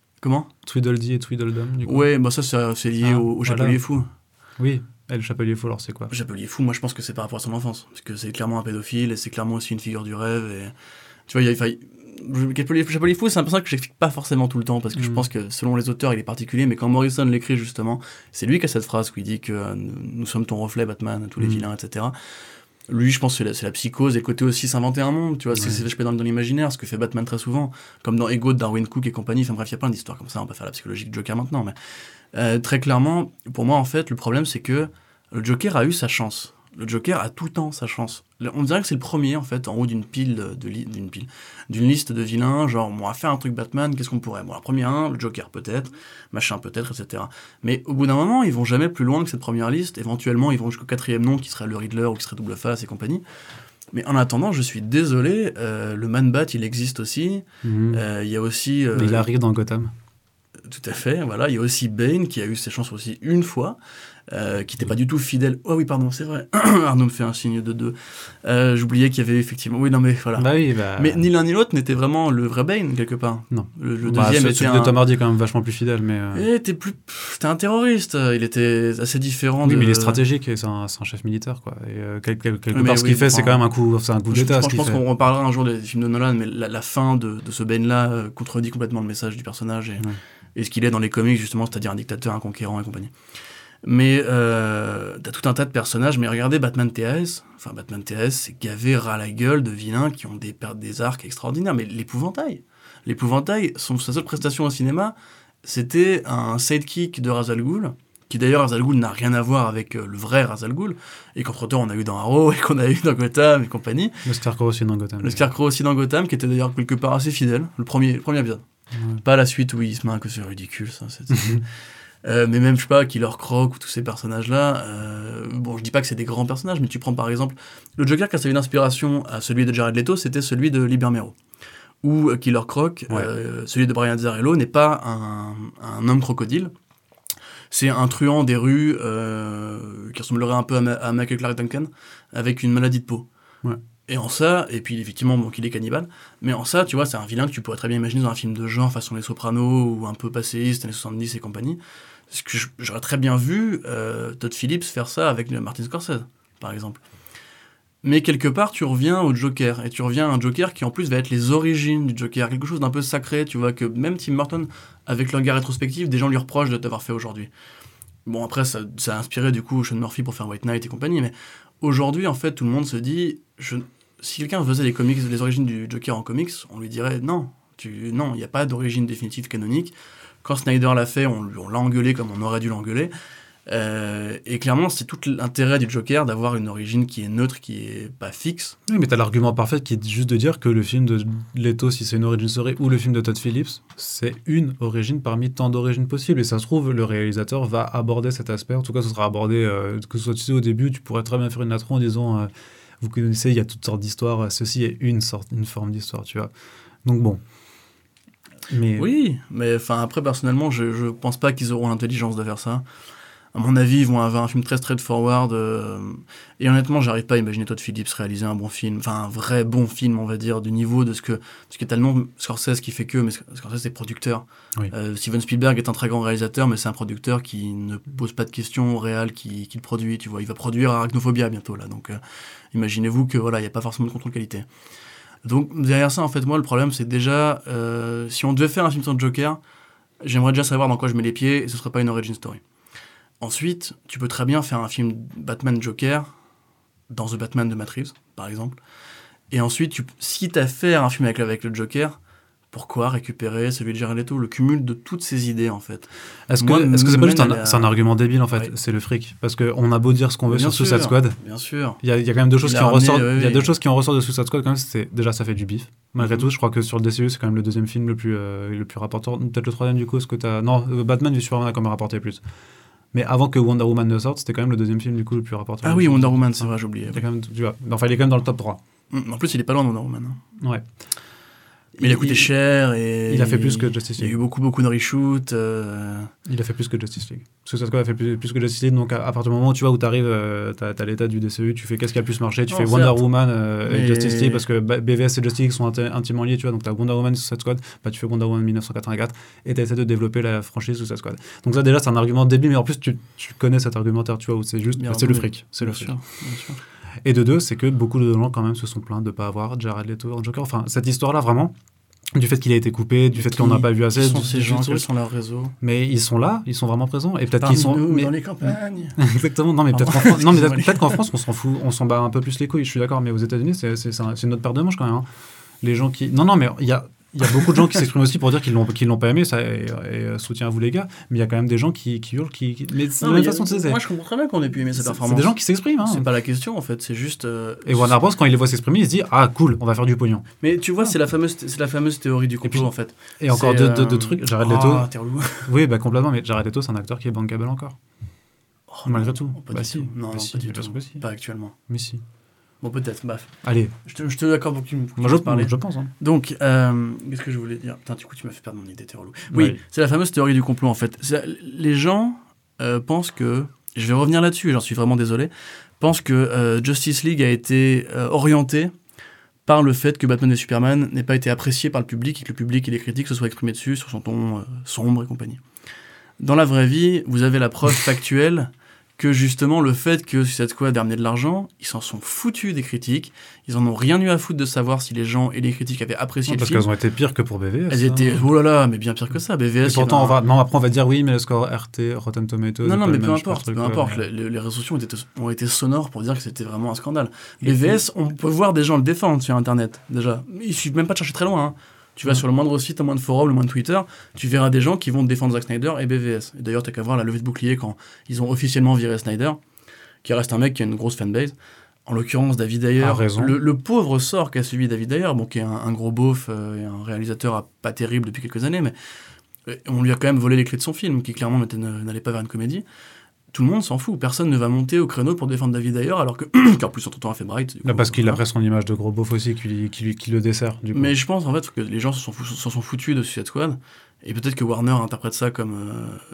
Tweedledee et Tweedledum, du coup. Ouais, bah ça, c'est lié au Chapelier Fou. Oui, et le Chapelier Fou, alors c'est quoi ? Le Chapelier Fou, moi, je pense que c'est par rapport à son enfance. Parce que c'est clairement un pédophile, et c'est clairement aussi une figure du rêve. Et... Tu vois, Chapelier Fou, c'est un personnage que j'explique pas forcément tout le temps, parce que je pense que, selon les auteurs, il est particulier. Mais quand Morrison l'écrit, justement, c'est lui qui a cette phrase où il dit que nous sommes ton reflet, Batman, tous les vilains, etc. Lui, je pense que c'est la psychose et le côté aussi s'inventer un monde, tu vois, c'est vachement dans l'imaginaire, ce que fait Batman très souvent, comme dans Ego de Darwin Cook et compagnie. Enfin bref, il y a plein d'histoires comme ça, on va pas faire la psychologie de Joker maintenant, mais très clairement, pour moi, en fait, le problème, c'est que le Joker a eu sa chance. Le Joker a tout le temps sa chance. On dirait que c'est le premier, en fait, en haut d'une liste de vilains, genre, on va faire un truc Batman, qu'est-ce qu'on pourrait ? Bon, la première, le Joker peut-être, machin peut-être, etc. Mais au bout d'un moment, ils vont jamais plus loin que cette première liste. Éventuellement, ils vont jusqu'au 4e nom, qui serait le Riddler, ou qui serait Double Face et compagnie. Mais en attendant, je suis désolé, le Man-Bat, il existe aussi. Il y a aussi... il arrive dans Gotham. Tout à fait, voilà. Il y a aussi Bane, qui a eu ses chances aussi une fois. Qui n'était pas du tout fidèle. Oh oui, pardon, c'est vrai. Arnaud me fait un signe de 2. J'oubliais qu'il y avait effectivement... Oui, non, mais voilà. Bah oui, Mais ni l'un ni l'autre n'était vraiment le vrai Bane, quelque part. Non. Le deuxième était celui de Tom Hardy est quand même vachement plus fidèle, mais... C'était un terroriste. Il était assez différent mais il est stratégique, et c'est un chef militaire, quoi. Et quelque part, ce qu'il fait, c'est quand même un coup d'état. Je pense qu'on reparlera un jour des films de Nolan, mais la fin de ce Bane-là contredit complètement le message du personnage et ce qu'il est dans les comics, justement, c'est-à-dire un dictateur, un conquérant et compagnie. Mais t'as tout un tas de personnages, mais regardez Batman TAS, c'est gavé ras la gueule de vilains qui ont des arcs extraordinaires, mais l'épouvantail, sa seule prestation au cinéma, c'était un sidekick de Ra's al Ghul, qui d'ailleurs Ra's al Ghul n'a rien à voir avec le vrai Ra's al Ghul, et qu'entre-temps on a eu dans Arrow, et qu'on a eu dans Gotham et compagnie. Le Scarecrow aussi dans Gotham. Qui était d'ailleurs quelque part assez fidèle, le premier épisode. Ouais. Pas la suite où il se met que c'est ridicule, ça, mais même, je sais pas, Killer Croc ou tous ces personnages-là, bon, je dis pas que c'est des grands personnages, mais tu prends par exemple le Joker qui a servi d'inspiration à celui de Jared Leto, c'était celui de Lee Bermero. Ou Killer Croc, celui de Brian Azzarello, n'est pas un homme crocodile, c'est un truand des rues qui ressemblerait un peu à Michael Clark Duncan, avec une maladie de peau. Ouais. Et en ça, et puis effectivement, donc il est cannibale, mais en ça, tu vois, c'est un vilain que tu pourrais très bien imaginer dans un film de genre, façon Les Sopranos, ou un peu passéiste, années 70 et compagnie. Parce que j'aurais très bien vu Todd Phillips faire ça avec Martin Scorsese, par exemple. Mais quelque part, tu reviens au Joker, et tu reviens à un Joker qui en plus va être les origines du Joker, quelque chose d'un peu sacré, tu vois, que même Tim Burton, avec le regard rétrospectif, des gens lui reprochent de t'avoir fait aujourd'hui. Bon, après, ça a inspiré du coup Sean Murphy pour faire White Knight et compagnie, mais aujourd'hui, en fait, tout le monde se dit... Si quelqu'un faisait les origines du Joker en comics, on lui dirait non, il n'y a pas d'origine définitive canonique. Quand Snyder l'a fait, on l'a engueulé comme on aurait dû l'engueuler. Et clairement, c'est tout l'intérêt du Joker d'avoir une origine qui est neutre, qui est pas fixe. Oui, mais t'as l'argument parfait qui est juste de dire que le film de Leto, si c'est une origin story, ou le film de Todd Phillips, c'est une origine parmi tant d'origines possibles. Et ça se trouve, le réalisateur va aborder cet aspect. En tout cas, ce sera abordé, que ce soit, tu sais, au début, tu pourrais très bien faire une intro en disant vous connaissez, il y a toutes sortes d'histoires, ceci est une forme d'histoire, tu vois. Donc bon. Mais... Oui, mais après, personnellement, je pense pas qu'ils auront l'intelligence de faire ça. À mon avis, ils vont avoir un film très straightforward. Et honnêtement, j'arrive pas à imaginer Todd Phillips réaliser un bon film, un vrai bon film, on va dire, du niveau de ce que t'as le nom Scorsese qui fait que, mais Scorsese c'est producteur. Oui. Steven Spielberg est un très grand réalisateur, mais c'est un producteur qui ne pose pas de questions au réal, qui le produit, tu vois. Il va produire Arachnophobia bientôt, là. Donc, imaginez-vous que, voilà, il n'y a pas forcément de contrôle qualité. Donc, derrière ça, en fait, moi, le problème, c'est déjà, si on devait faire un film sur le Joker, j'aimerais déjà savoir dans quoi je mets les pieds, et ce serait pas une origin story. Ensuite, tu peux très bien faire un film Batman-Joker dans The Batman de Matt Reeves, par exemple. Et ensuite, si tu as fait un film avec le Joker, pourquoi récupérer celui de Jared Leto, le cumul de toutes ces idées, en fait. Est-ce que c'est pas juste c'est un argument débile, en fait, ouais. C'est le fric. Parce qu'on a beau dire ce qu'on veut sur Suicide Squad. Bien sûr. Il y a quand même deux choses qui en ressortent. Il y a deux choses qui en ressortent de Suicide Squad, quand même. Déjà, ça fait du bif. Malgré tout, je crois que sur le DCU, c'est quand même le deuxième film le plus rapporteur. Peut-être le troisième, du coup. Non, Batman v Superman a quand même rapporté plus. Mais avant que Wonder Woman ne sorte, c'était quand même le deuxième film du coup le plus rapporteur. Ah oui, Wonder Woman, c'est vrai, j'ai oublié. Il est quand même, tu vois, enfin, il est quand même dans le top 3. En plus, il est pas loin de Wonder Woman. Hein. Ouais. Mais il a coûté cher et... Il a fait plus que Justice League. Il y a eu beaucoup de reshoots. Il a fait plus que Justice League. Suicide Squad a fait plus que Justice League, donc à partir du moment où tu vois où t'arrives, t'as l'état du DCU, tu fais qu'est-ce qui a le plus marché, tu fais Wonder Woman et Justice League, parce que BVS et Justice League sont intimement liés, tu vois, donc t'as Wonder Woman et Suicide Squad, tu fais Wonder Woman 1984, et t'essaies de développer la franchise Suicide Squad. Donc ça déjà c'est un argument débile, mais en plus tu connais cet argumentaire, tu vois, où c'est juste, c'est le fric. C'est le fric. Bien sûr. Et de deux, c'est que beaucoup de gens quand même se sont plaints de pas avoir Jared Leto en Joker. Enfin, cette histoire-là, vraiment, du fait qu'il a été coupé, du fait qu'on n'a pas vu assez. Quels sont ces gens, quels sont leurs réseaux ? Mais ils sont là, ils sont vraiment présents. Et peut-être qu'ils sont. Dans les campagnes. Exactement, non, mais peut-être qu'en France, peut-être qu'en France, on s'en fout, on s'en bat un peu plus les couilles, je suis d'accord, mais aux États-Unis, c'est une autre paire de manches quand même. Hein. Les gens qui. Non, mais il y a beaucoup de gens qui s'expriment aussi pour dire qu'ils l'ont pas aimé, ça, et soutien à vous les gars, mais il y a quand même des gens qui hurlent, mais c'est de la même façon, tu sais. Moi je comprends très bien qu'on ait pu aimer sa performance. C'est des gens qui s'expriment. Hein. C'est pas la question en fait, c'est juste. Et Warner Bros, quand il les voit s'exprimer, il se dit ah cool, on va faire du pognon. Mais tu vois, c'est la fameuse théorie du complot en fait. Et encore deux trucs, Jared Leto. Ah, t'es relou. Oui, complètement, mais Jared Leto, c'est un acteur qui est bankable encore. Malgré tout. Pas du tout. Non, pas du tout. Pas actuellement. Mais si. Bon, peut-être, bref. Allez. Je te l'accorde pour que tu me parles. Je pense. Hein. Donc, qu'est-ce que je voulais dire ? Putain, du coup, tu m'as fait perdre mon idée, t'es relou. Oui, c'est la fameuse théorie du complot, en fait. Les gens pensent que... Je vais revenir là-dessus, j'en suis vraiment désolé. Pensent que Justice League a été orienté par le fait que Batman et Superman n'aient pas été appréciés par le public et que le public et les critiques se soient exprimés dessus sur son ton sombre et compagnie. Dans la vraie vie, vous avez la preuve factuelle que justement le fait que Suicide Squad a amené de l'argent, ils s'en sont foutus des critiques, ils en ont rien eu à foutre de savoir si les gens et les critiques avaient apprécié le film. Parce qu'elles ont été pires que pour BVS. Elles étaient, oh là là, mais bien pire que ça, BVS. Et pourtant, après on va dire oui, mais le score RT, Rotten Tomatoes... Non, mais peu importe, les réseaux sociaux ont été sonores pour dire que c'était vraiment un scandale. BVS, on peut voir des gens le défendre sur Internet, déjà. Il suffit même pas de chercher très loin, hein. Tu vas sur le moindre site, le moindre forum, le moindre Twitter, tu verras des gens qui vont défendre Zack Snyder et BVS. Et d'ailleurs, t'as qu'à voir la levée de bouclier quand ils ont officiellement viré Snyder, qui reste un mec qui a une grosse fanbase. En l'occurrence, David Ayer, le pauvre sort qu'a suivi David Ayer, qui est un gros beauf et un réalisateur pas terrible depuis quelques années, mais on lui a quand même volé les clés de son film, qui clairement n'allait pas vers une comédie. Tout le monde s'en fout, personne ne va monter au créneau pour défendre David Ayer, alors qu'en plus, entre-temps, a fait Bright. Là, parce qu'il a pris son image de gros beauf aussi, qui le dessert, du coup. Mais je pense, en fait, que les gens s'en sont foutus de Suicide Squad, et peut-être que Warner interprète ça comme...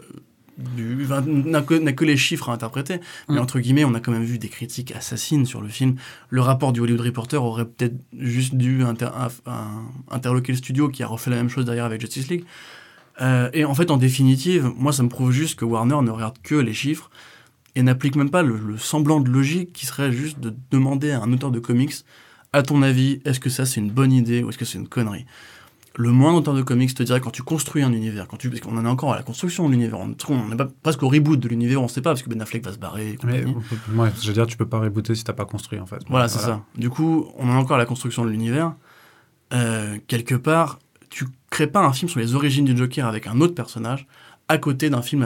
n'a que les chiffres à interpréter, mais entre guillemets, on a quand même vu des critiques assassines sur le film. Le rapport du Hollywood Reporter aurait peut-être juste dû interloquer le studio qui a refait la même chose derrière avec Justice League. Et en fait, en définitive, moi, ça me prouve juste que Warner ne regarde que les chiffres et n'applique même pas le semblant de logique qui serait juste de demander à un auteur de comics, à ton avis, est-ce que ça c'est une bonne idée ou est-ce que c'est une connerie ? Le moindre auteur de comics te dirait quand tu construis un univers, parce qu'on en est encore à la construction de l'univers, on n'est pas presque au reboot de l'univers, on ne sait pas, parce que Ben Affleck va se barrer. Mais, ouais, je veux dire, tu peux pas rebooter si t'as pas construit, en fait. Voilà, c'est ça. Du coup, on en est encore à la construction de l'univers. Quelque part, tu crées pas un film sur les origines du Joker avec un autre personnage, à côté d'un film avec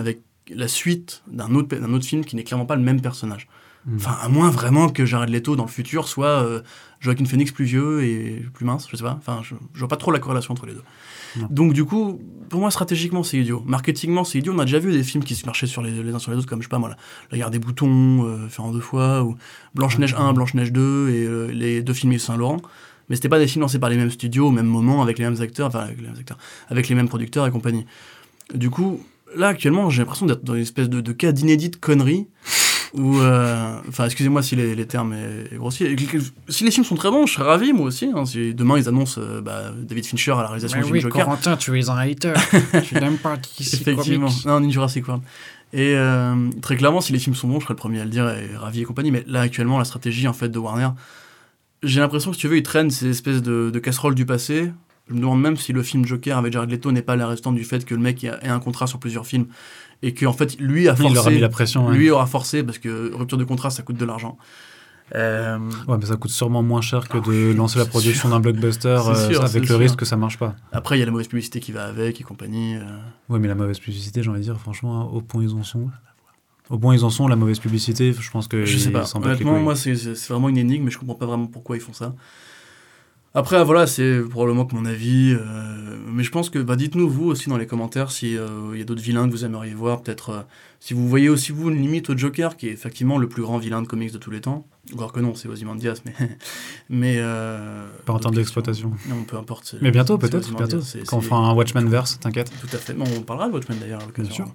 la suite d'un autre film qui n'est clairement pas le même personnage. Enfin, à moins vraiment que Jared Leto, dans le futur, soit Joaquin Phoenix plus vieux et plus mince, je sais pas. Enfin, je vois pas trop la corrélation entre les deux. Non. Donc, du coup, pour moi, stratégiquement, c'est idiot. Marketingement, c'est idiot. On a déjà vu des films qui se marchaient sur les uns sur les autres, comme, je sais pas moi, La Guerre des Boutons, fait en 2 fois, ou Blanche-Neige 1, Blanche-Neige 2, et les 2 films Yves Saint-Laurent. Mais c'était pas des films lancés par les mêmes studios, au même moment, avec les mêmes acteurs, avec les mêmes producteurs et compagnie. Du coup, là, actuellement, j'ai l'impression d'être dans une espèce de cas d'inédite connerie, où, excusez-moi si les termes est grossier. Si les films sont très bons, je serais ravi, moi aussi. Hein, si demain, ils annoncent David Fincher à la réalisation du Joker. Corentin, tu es un hater. Tu n'aimes pas DC Effectivement. Comics. Non, ni Jurassic World. Et très clairement, si les films sont bons, je serais le premier à le dire, et ravi et compagnie. Mais là, actuellement, la stratégie, en fait, de Warner, j'ai l'impression que, si tu veux, ils traînent ces espèces de casseroles du passé. Je me demande même si le film Joker avec Jared Leto n'est pas la restante du fait que le mec ait un contrat sur plusieurs films et qu'en fait, lui a forcé. Il aura mis la pression. Lui aura forcé parce que rupture de contrat, ça coûte de l'argent. Ouais, mais ça coûte sûrement moins cher que de lancer la production d'un blockbuster avec le risque que ça marche pas. Après, il y a la mauvaise publicité qui va avec et compagnie. Ouais, mais la mauvaise publicité, j'ai envie de dire, franchement, au point ils en sont. Au point ils en sont, la mauvaise publicité, je pense que. Je sais pas. Honnêtement, moi, c'est vraiment une énigme, mais je comprends pas vraiment pourquoi ils font ça. Après, voilà, c'est probablement que mon avis, mais je pense que, dites-nous, vous aussi, dans les commentaires, s'il y a d'autres vilains que vous aimeriez voir, peut-être, si vous voyez aussi, vous, une limite au Joker, qui est effectivement le plus grand vilain de comics de tous les temps, encore que non, c'est Ozymandias, mais pas en termes d'exploitation. Non, peu importe. Mais bientôt, peut-être, bientôt, quand on fera un Watchmen-verse, t'inquiète. Tout à fait, bon, on parlera de Watchmen, d'ailleurs, à l'occasion. Bien sûr.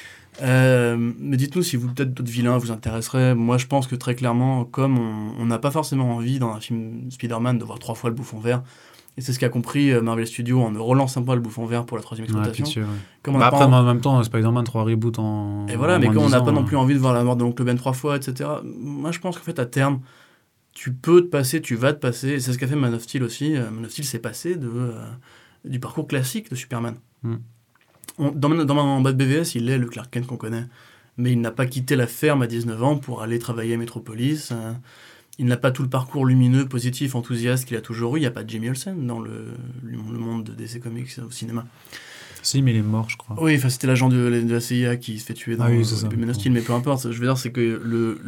Mais dites-nous si peut-être d'autres vilains vous intéresseraient. Moi, je pense que très clairement, comme on n'a pas forcément envie dans un film Spider-Man de voir 3 fois le bouffon vert, et c'est ce qu'a compris Marvel Studios en ne relançant pas le bouffon vert pour la 3e exploitation. Ouais, pitié, ouais. Comme après, en même temps, Spider-Man 3 reboots en. Et voilà, mais comme on n'a pas non plus envie de voir la mort de l'oncle Ben 3 fois, etc. Moi, je pense qu'en fait, à terme, tu vas te passer, et c'est ce qu'a fait Man of Steel aussi. Man of Steel s'est passé du parcours classique de Superman. Dans Bad BVS, il est le Clark Kent qu'on connaît. Mais il n'a pas quitté la ferme à 19 ans pour aller travailler à Metropolis. Il n'a pas tout le parcours lumineux, positif, enthousiaste qu'il a toujours eu. Il n'y a pas de Jimmy Olsen dans le monde de DC Comics au cinéma. Si, mais il est mort, je crois. Oui, c'était l'agent de la CIA qui se fait tuer dans Man of Steel. Mais peu importe, je veux dire, c'est que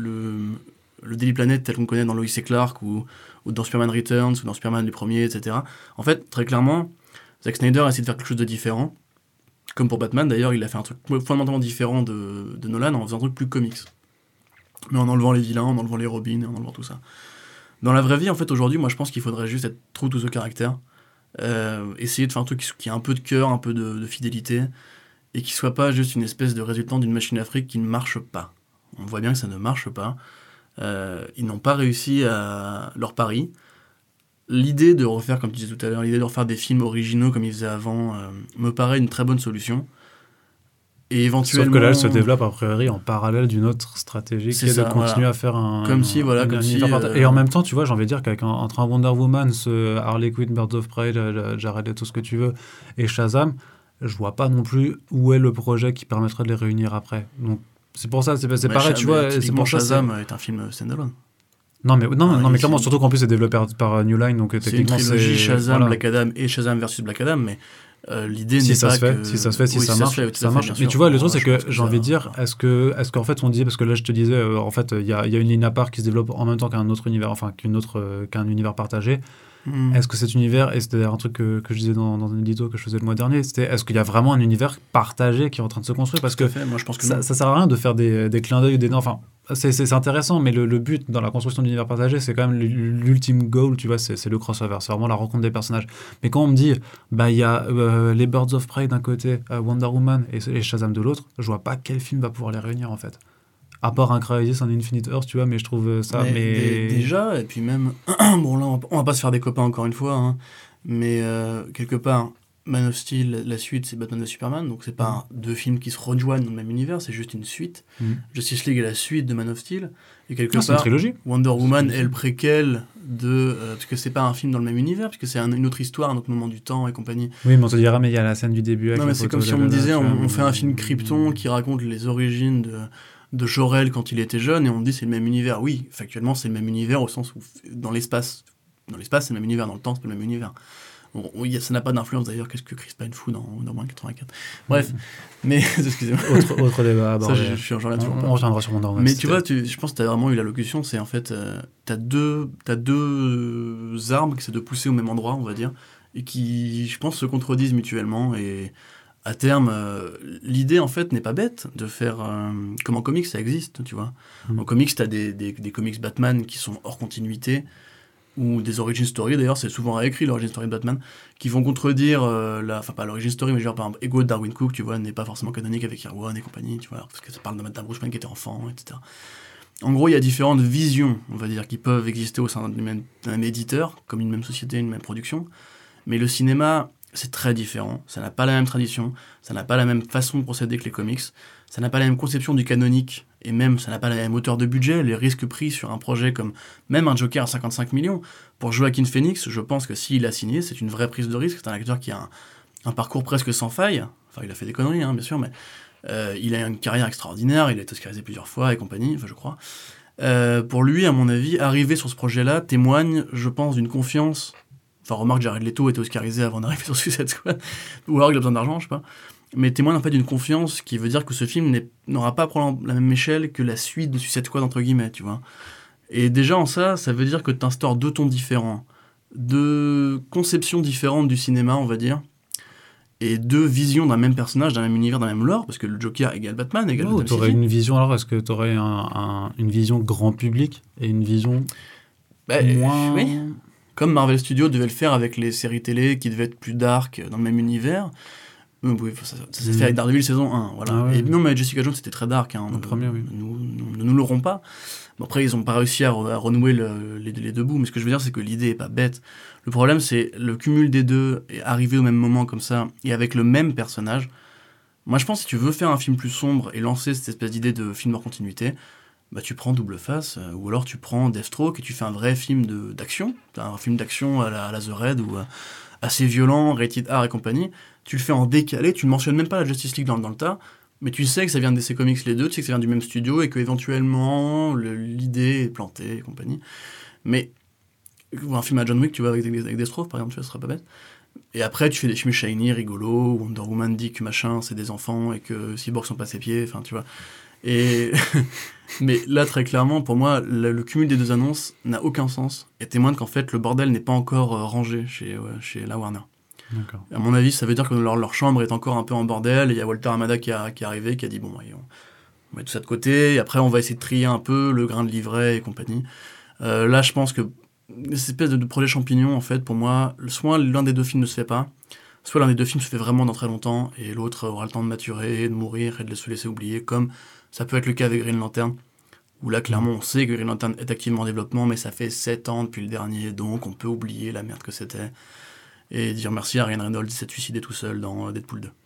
le Daily Planet tel qu'on connaît dans Lois et Clark ou dans Superman Returns ou dans Superman les premiers, etc. En fait, très clairement, Zack Snyder a essayé de faire quelque chose de différent. Comme pour Batman, d'ailleurs, il a fait un truc fondamentalement différent de Nolan en faisant un truc plus comics. Mais en enlevant les vilains, en enlevant les Robins, en enlevant tout ça. Dans la vraie vie, en fait, aujourd'hui, moi, je pense qu'il faudrait juste être true to the caractère. Essayer de faire un truc qui a un peu de cœur, un peu de fidélité, et qui soit pas juste une espèce de résultant d'une machine à fric qui ne marche pas. On voit bien que ça ne marche pas. Ils n'ont pas réussi à leur pari. L'idée de refaire, comme tu disais tout à l'heure, l'idée de refaire des films originaux comme ils faisaient avant, me paraît une très bonne solution. Et éventuellement... Sauf que là, elle se développe a priori en parallèle d'une autre stratégie qui est de continuer à faire un... Comme si, voilà, comme si... Et en même temps, tu vois, j'ai envie de dire qu'entre un Wonder Woman, ce Harley Quinn, Birds of Prey, Jared Leto, tout ce que tu veux, et Shazam, je vois pas non plus où est le projet qui permettrait de les réunir après. Donc, c'est pour ça, c'est pareil, tu vois... C'est pour Shazam est un film standalone. Non mais clairement, surtout qu'en plus c'est développé par New Line, donc techniquement c'est une trilogie Shazam, Black Adam et Shazam versus Black Adam, mais l'idée n'est pas que... Si ça se fait, si ça marche, ça marche. Mais tu vois, le truc c'est que j'ai envie de dire, est-ce qu'en fait on dit, parce que là je te disais, en fait il y a une ligne à part qui se développe en même temps qu'un autre univers, enfin qu'un univers partagé. Est-ce que cet univers, et c'était un truc que je disais dans un édito que je faisais le mois dernier, c'était est-ce qu'il y a vraiment un univers partagé qui est en train de se construire, parce que moi, je pense que ça sert à rien de faire des clins d'œil, enfin c'est intéressant, mais le but dans la construction d'univers partagé, c'est quand même l'ultime goal, tu vois, c'est le crossover, c'est vraiment la rencontre des personnages. Mais quand on me dit il y a les Birds of Prey d'un côté, Wonder Woman et Shazam de l'autre, je vois pas quel film va pouvoir les réunir en fait. À part un Crisis on Infinite Earth, tu vois, mais je trouve ça... Mais... Déjà, et puis même... bon, là, on va pas se faire des copains encore une fois, hein, mais quelque part, Man of Steel, la suite, c'est Batman et Superman, donc c'est pas 2 films qui se rejoignent dans le même univers, c'est juste une suite. Justice League est la suite de Man of Steel, et quelque part, c'est une trilogie. Wonder Woman est le préquel de... parce que c'est pas un film dans le même univers, puisque c'est une autre histoire, un autre moment du temps et compagnie. Oui, mais on te dira, mais il y a la scène du début avec... Non, mais c'est comme si on me disait, on fait un film Krypton qui raconte les origines de Jor-El quand il était jeune, et on dit c'est le même univers. Oui, factuellement c'est le même univers au sens où dans l'espace c'est le même univers, dans le temps c'est pas le même univers. Ça n'a pas d'influence d'ailleurs, qu'est-ce que Chris Pine fout dans moins 84. Bref, mais excusez-moi. Autre débat à Ça, aborder. j'en reviens toujours On pas. reviendra sur Wonder Woman. Mais tu vois, je pense que tu as vraiment eu la locution, c'est en fait, tu as deux armes qui essaient de pousser au même endroit, on va dire, et qui, je pense, se contredisent mutuellement. Et à terme, l'idée, en fait, n'est pas bête de faire... comme en comics, ça existe, tu vois. En comics, tu as des comics Batman qui sont hors continuité, ou des origin story, d'ailleurs, c'est souvent réécrit l'origin story de Batman, qui vont contredire, enfin pas l'origin story, mais genre par exemple, Ego de Darwin Cook, tu vois, n'est pas forcément canonique avec Irwan et compagnie, tu vois, parce que ça parle d'un Bruce Wayne qui était enfant, etc. En gros, il y a différentes visions, on va dire, qui peuvent exister au sein d'un même éditeur, comme une même société, une même production, mais le cinéma, c'est très différent, ça n'a pas la même tradition, ça n'a pas la même façon de procéder que les comics, ça n'a pas la même conception du canonique, et même ça n'a pas la même hauteur de budget, les risques pris sur un projet comme même un Joker à 55 millions. Pour Joaquin Phoenix, je pense que s'il a signé, c'est une vraie prise de risque, c'est un acteur qui a un parcours presque sans faille, enfin il a fait des conneries, hein, bien sûr, mais il a une carrière extraordinaire, il a été oscarisé plusieurs fois et compagnie, enfin je crois. Pour lui, à mon avis, arriver sur ce projet-là témoigne, je pense, d'une confiance. Enfin, remarque, Jared Leto était oscarisé avant d'arriver sur Suicide Squad, ou alors il a besoin d'argent, je sais pas. Mais témoigne en fait d'une confiance qui veut dire que ce film n'aura pas probablement la même échelle que la suite de Suicide Squad, entre guillemets, tu vois. Et déjà en ça veut dire que tu instaures deux tons différents, deux conceptions différentes du cinéma, on va dire, et deux visions d'un même personnage, d'un même univers, d'un même lore, parce que le Joker égale Batman, égale Gotham City. T'aurais une vision, alors est-ce que t'aurais une vision grand public et une vision moins... Oui. Comme Marvel Studios devait le faire avec les séries télé qui devaient être plus dark dans le même univers. Oui, ça s'est fait avec Daredevil saison 1, voilà. Ah ouais. Et non, mais Jessica Jones c'était très dark, hein. Le premier, oui. Nous l'aurons pas. Bon, après, ils ont pas réussi à renouer les deux bouts, mais ce que je veux dire, c'est que l'idée est pas bête. Le problème, c'est le cumul des deux, et arriver au même moment comme ça, et avec le même personnage. Moi, je pense que si tu veux faire un film plus sombre et lancer cette espèce d'idée de film hors continuité, bah tu prends Double Face, ou alors tu prends Deathstroke et tu fais un vrai film d'action, un film d'action à la The Raid, ou assez violent, rated R et compagnie. Tu le fais en décalé, tu ne mentionnes même pas la Justice League dans le tas, mais tu sais que ça vient de DC Comics les deux, tu sais que ça vient du même studio et qu'éventuellement l'idée est plantée et compagnie. Mais un film à John Wick, tu vois, avec Deathstroke par exemple, tu vois, ce serait pas bête. Et après, tu fais des films shiny, rigolos, où Wonder Woman dit que machin, c'est des enfants et que Cyborg sont pas ses pieds, enfin, tu vois. Et mais là, très clairement, pour moi, le cumul des deux annonces n'a aucun sens et témoigne qu'en fait, le bordel n'est pas encore rangé chez la Warner. D'accord. À mon avis, ça veut dire que leur chambre est encore un peu en bordel. Et il y a Walter Hamada qui est arrivé, qui a dit bon, on met tout ça de côté. Et après, on va essayer de trier un peu le grain de livret et compagnie. Là, je pense que cette espèce de projet champignon, en fait, pour moi, soit l'un des deux films ne se fait pas, soit l'un des deux films se fait vraiment dans très longtemps et l'autre aura le temps de maturer, de mourir et de se laisser oublier, comme ça peut être le cas avec Green Lantern, où là, clairement, on sait que Green Lantern est activement en développement, mais ça fait 7 ans depuis le dernier, donc on peut oublier la merde que c'était. Et dire merci à Ryan Reynolds de s'être suicidé tout seul dans Deadpool 2.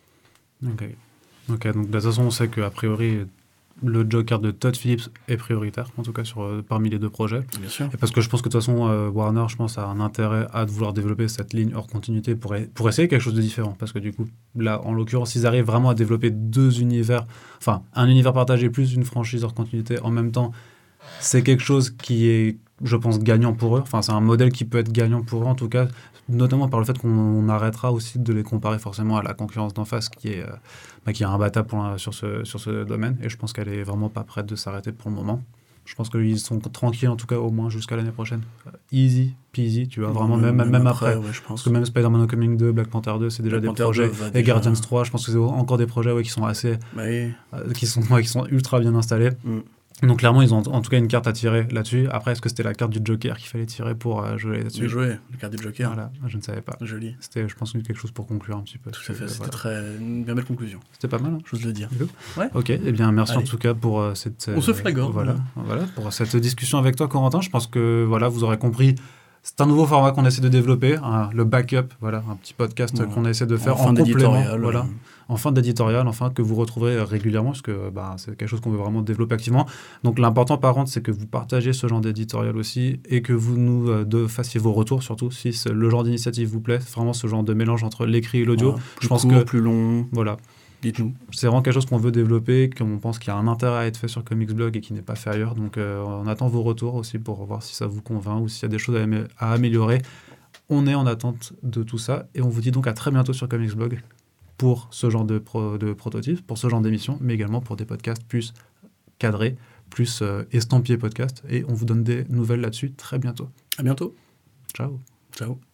Ok, donc de toute façon, on sait qu'a priori, le Joker de Todd Phillips est prioritaire, en tout cas parmi les deux projets. Bien sûr. Et parce que je pense que de toute façon, Warner, je pense, a un intérêt à vouloir développer cette ligne hors continuité pour essayer quelque chose de différent. Parce que du coup, là, en l'occurrence, ils arrivent vraiment à développer deux univers, enfin, un univers partagé plus une franchise hors continuité en même temps. C'est quelque chose qui est, je pense, gagnant pour eux. Enfin, c'est un modèle qui peut être gagnant pour eux, en tout cas, notamment par le fait qu'on arrêtera aussi de les comparer forcément à la concurrence d'en face qui est imbattable sur ce domaine. Et je pense qu'elle est vraiment pas prête de s'arrêter pour le moment. Je pense qu'ils sont tranquilles, en tout cas, au moins jusqu'à l'année prochaine. Easy peasy, tu vois, vraiment, même après. Ouais, je pense. Parce que même Spider-Man Homecoming 2, Black Panther 2, c'est déjà Black des Panther projets. 2 Et Guardians 3, je pense que c'est encore des projets qui sont assez. Oui. Qui sont ultra bien installés. Donc clairement, ils ont en tout cas une carte à tirer là-dessus. Après, est-ce que c'était la carte du Joker qu'il fallait tirer pour jouer là-dessus ? Bien joué, la carte du Joker. Voilà, je ne savais pas. Joli. C'était, je pense, quelque chose pour conclure un petit peu. Tout à fait, c'était une bien belle conclusion. C'était pas mal, hein ? J'ose le dire. Ouais. Ok, eh bien merci en tout cas pour cette... On se flagore. Voilà, pour cette discussion avec toi, Corentin. Je pense que vous aurez compris. C'est un nouveau format qu'on essaie de développer, le backup, un petit podcast qu'on essaie de faire en complément, en fin d'éditorial, que vous retrouverez régulièrement, parce que c'est quelque chose qu'on veut vraiment développer activement. Donc l'important par contre, c'est que vous partagez ce genre d'éditorial aussi, et que vous nous fassiez vos retours, surtout si le genre d'initiative vous plaît, vraiment ce genre de mélange entre l'écrit et l'audio. Je pense que plus long. Voilà. Dites-nous. C'est vraiment quelque chose qu'on veut développer, qu'on pense qu'il y a un intérêt à être fait sur Comics Blog et qui n'est pas fait ailleurs. Donc on attend vos retours aussi pour voir si ça vous convainc ou s'il y a des choses à améliorer. on est en attente de tout ça et on vous dit donc à très bientôt sur Comics Blog pour ce genre de prototype, pour ce genre d'émission, mais également pour des podcasts plus cadrés, plus estampillés podcast. Et on vous donne des nouvelles là-dessus très bientôt. À bientôt. Ciao. Ciao.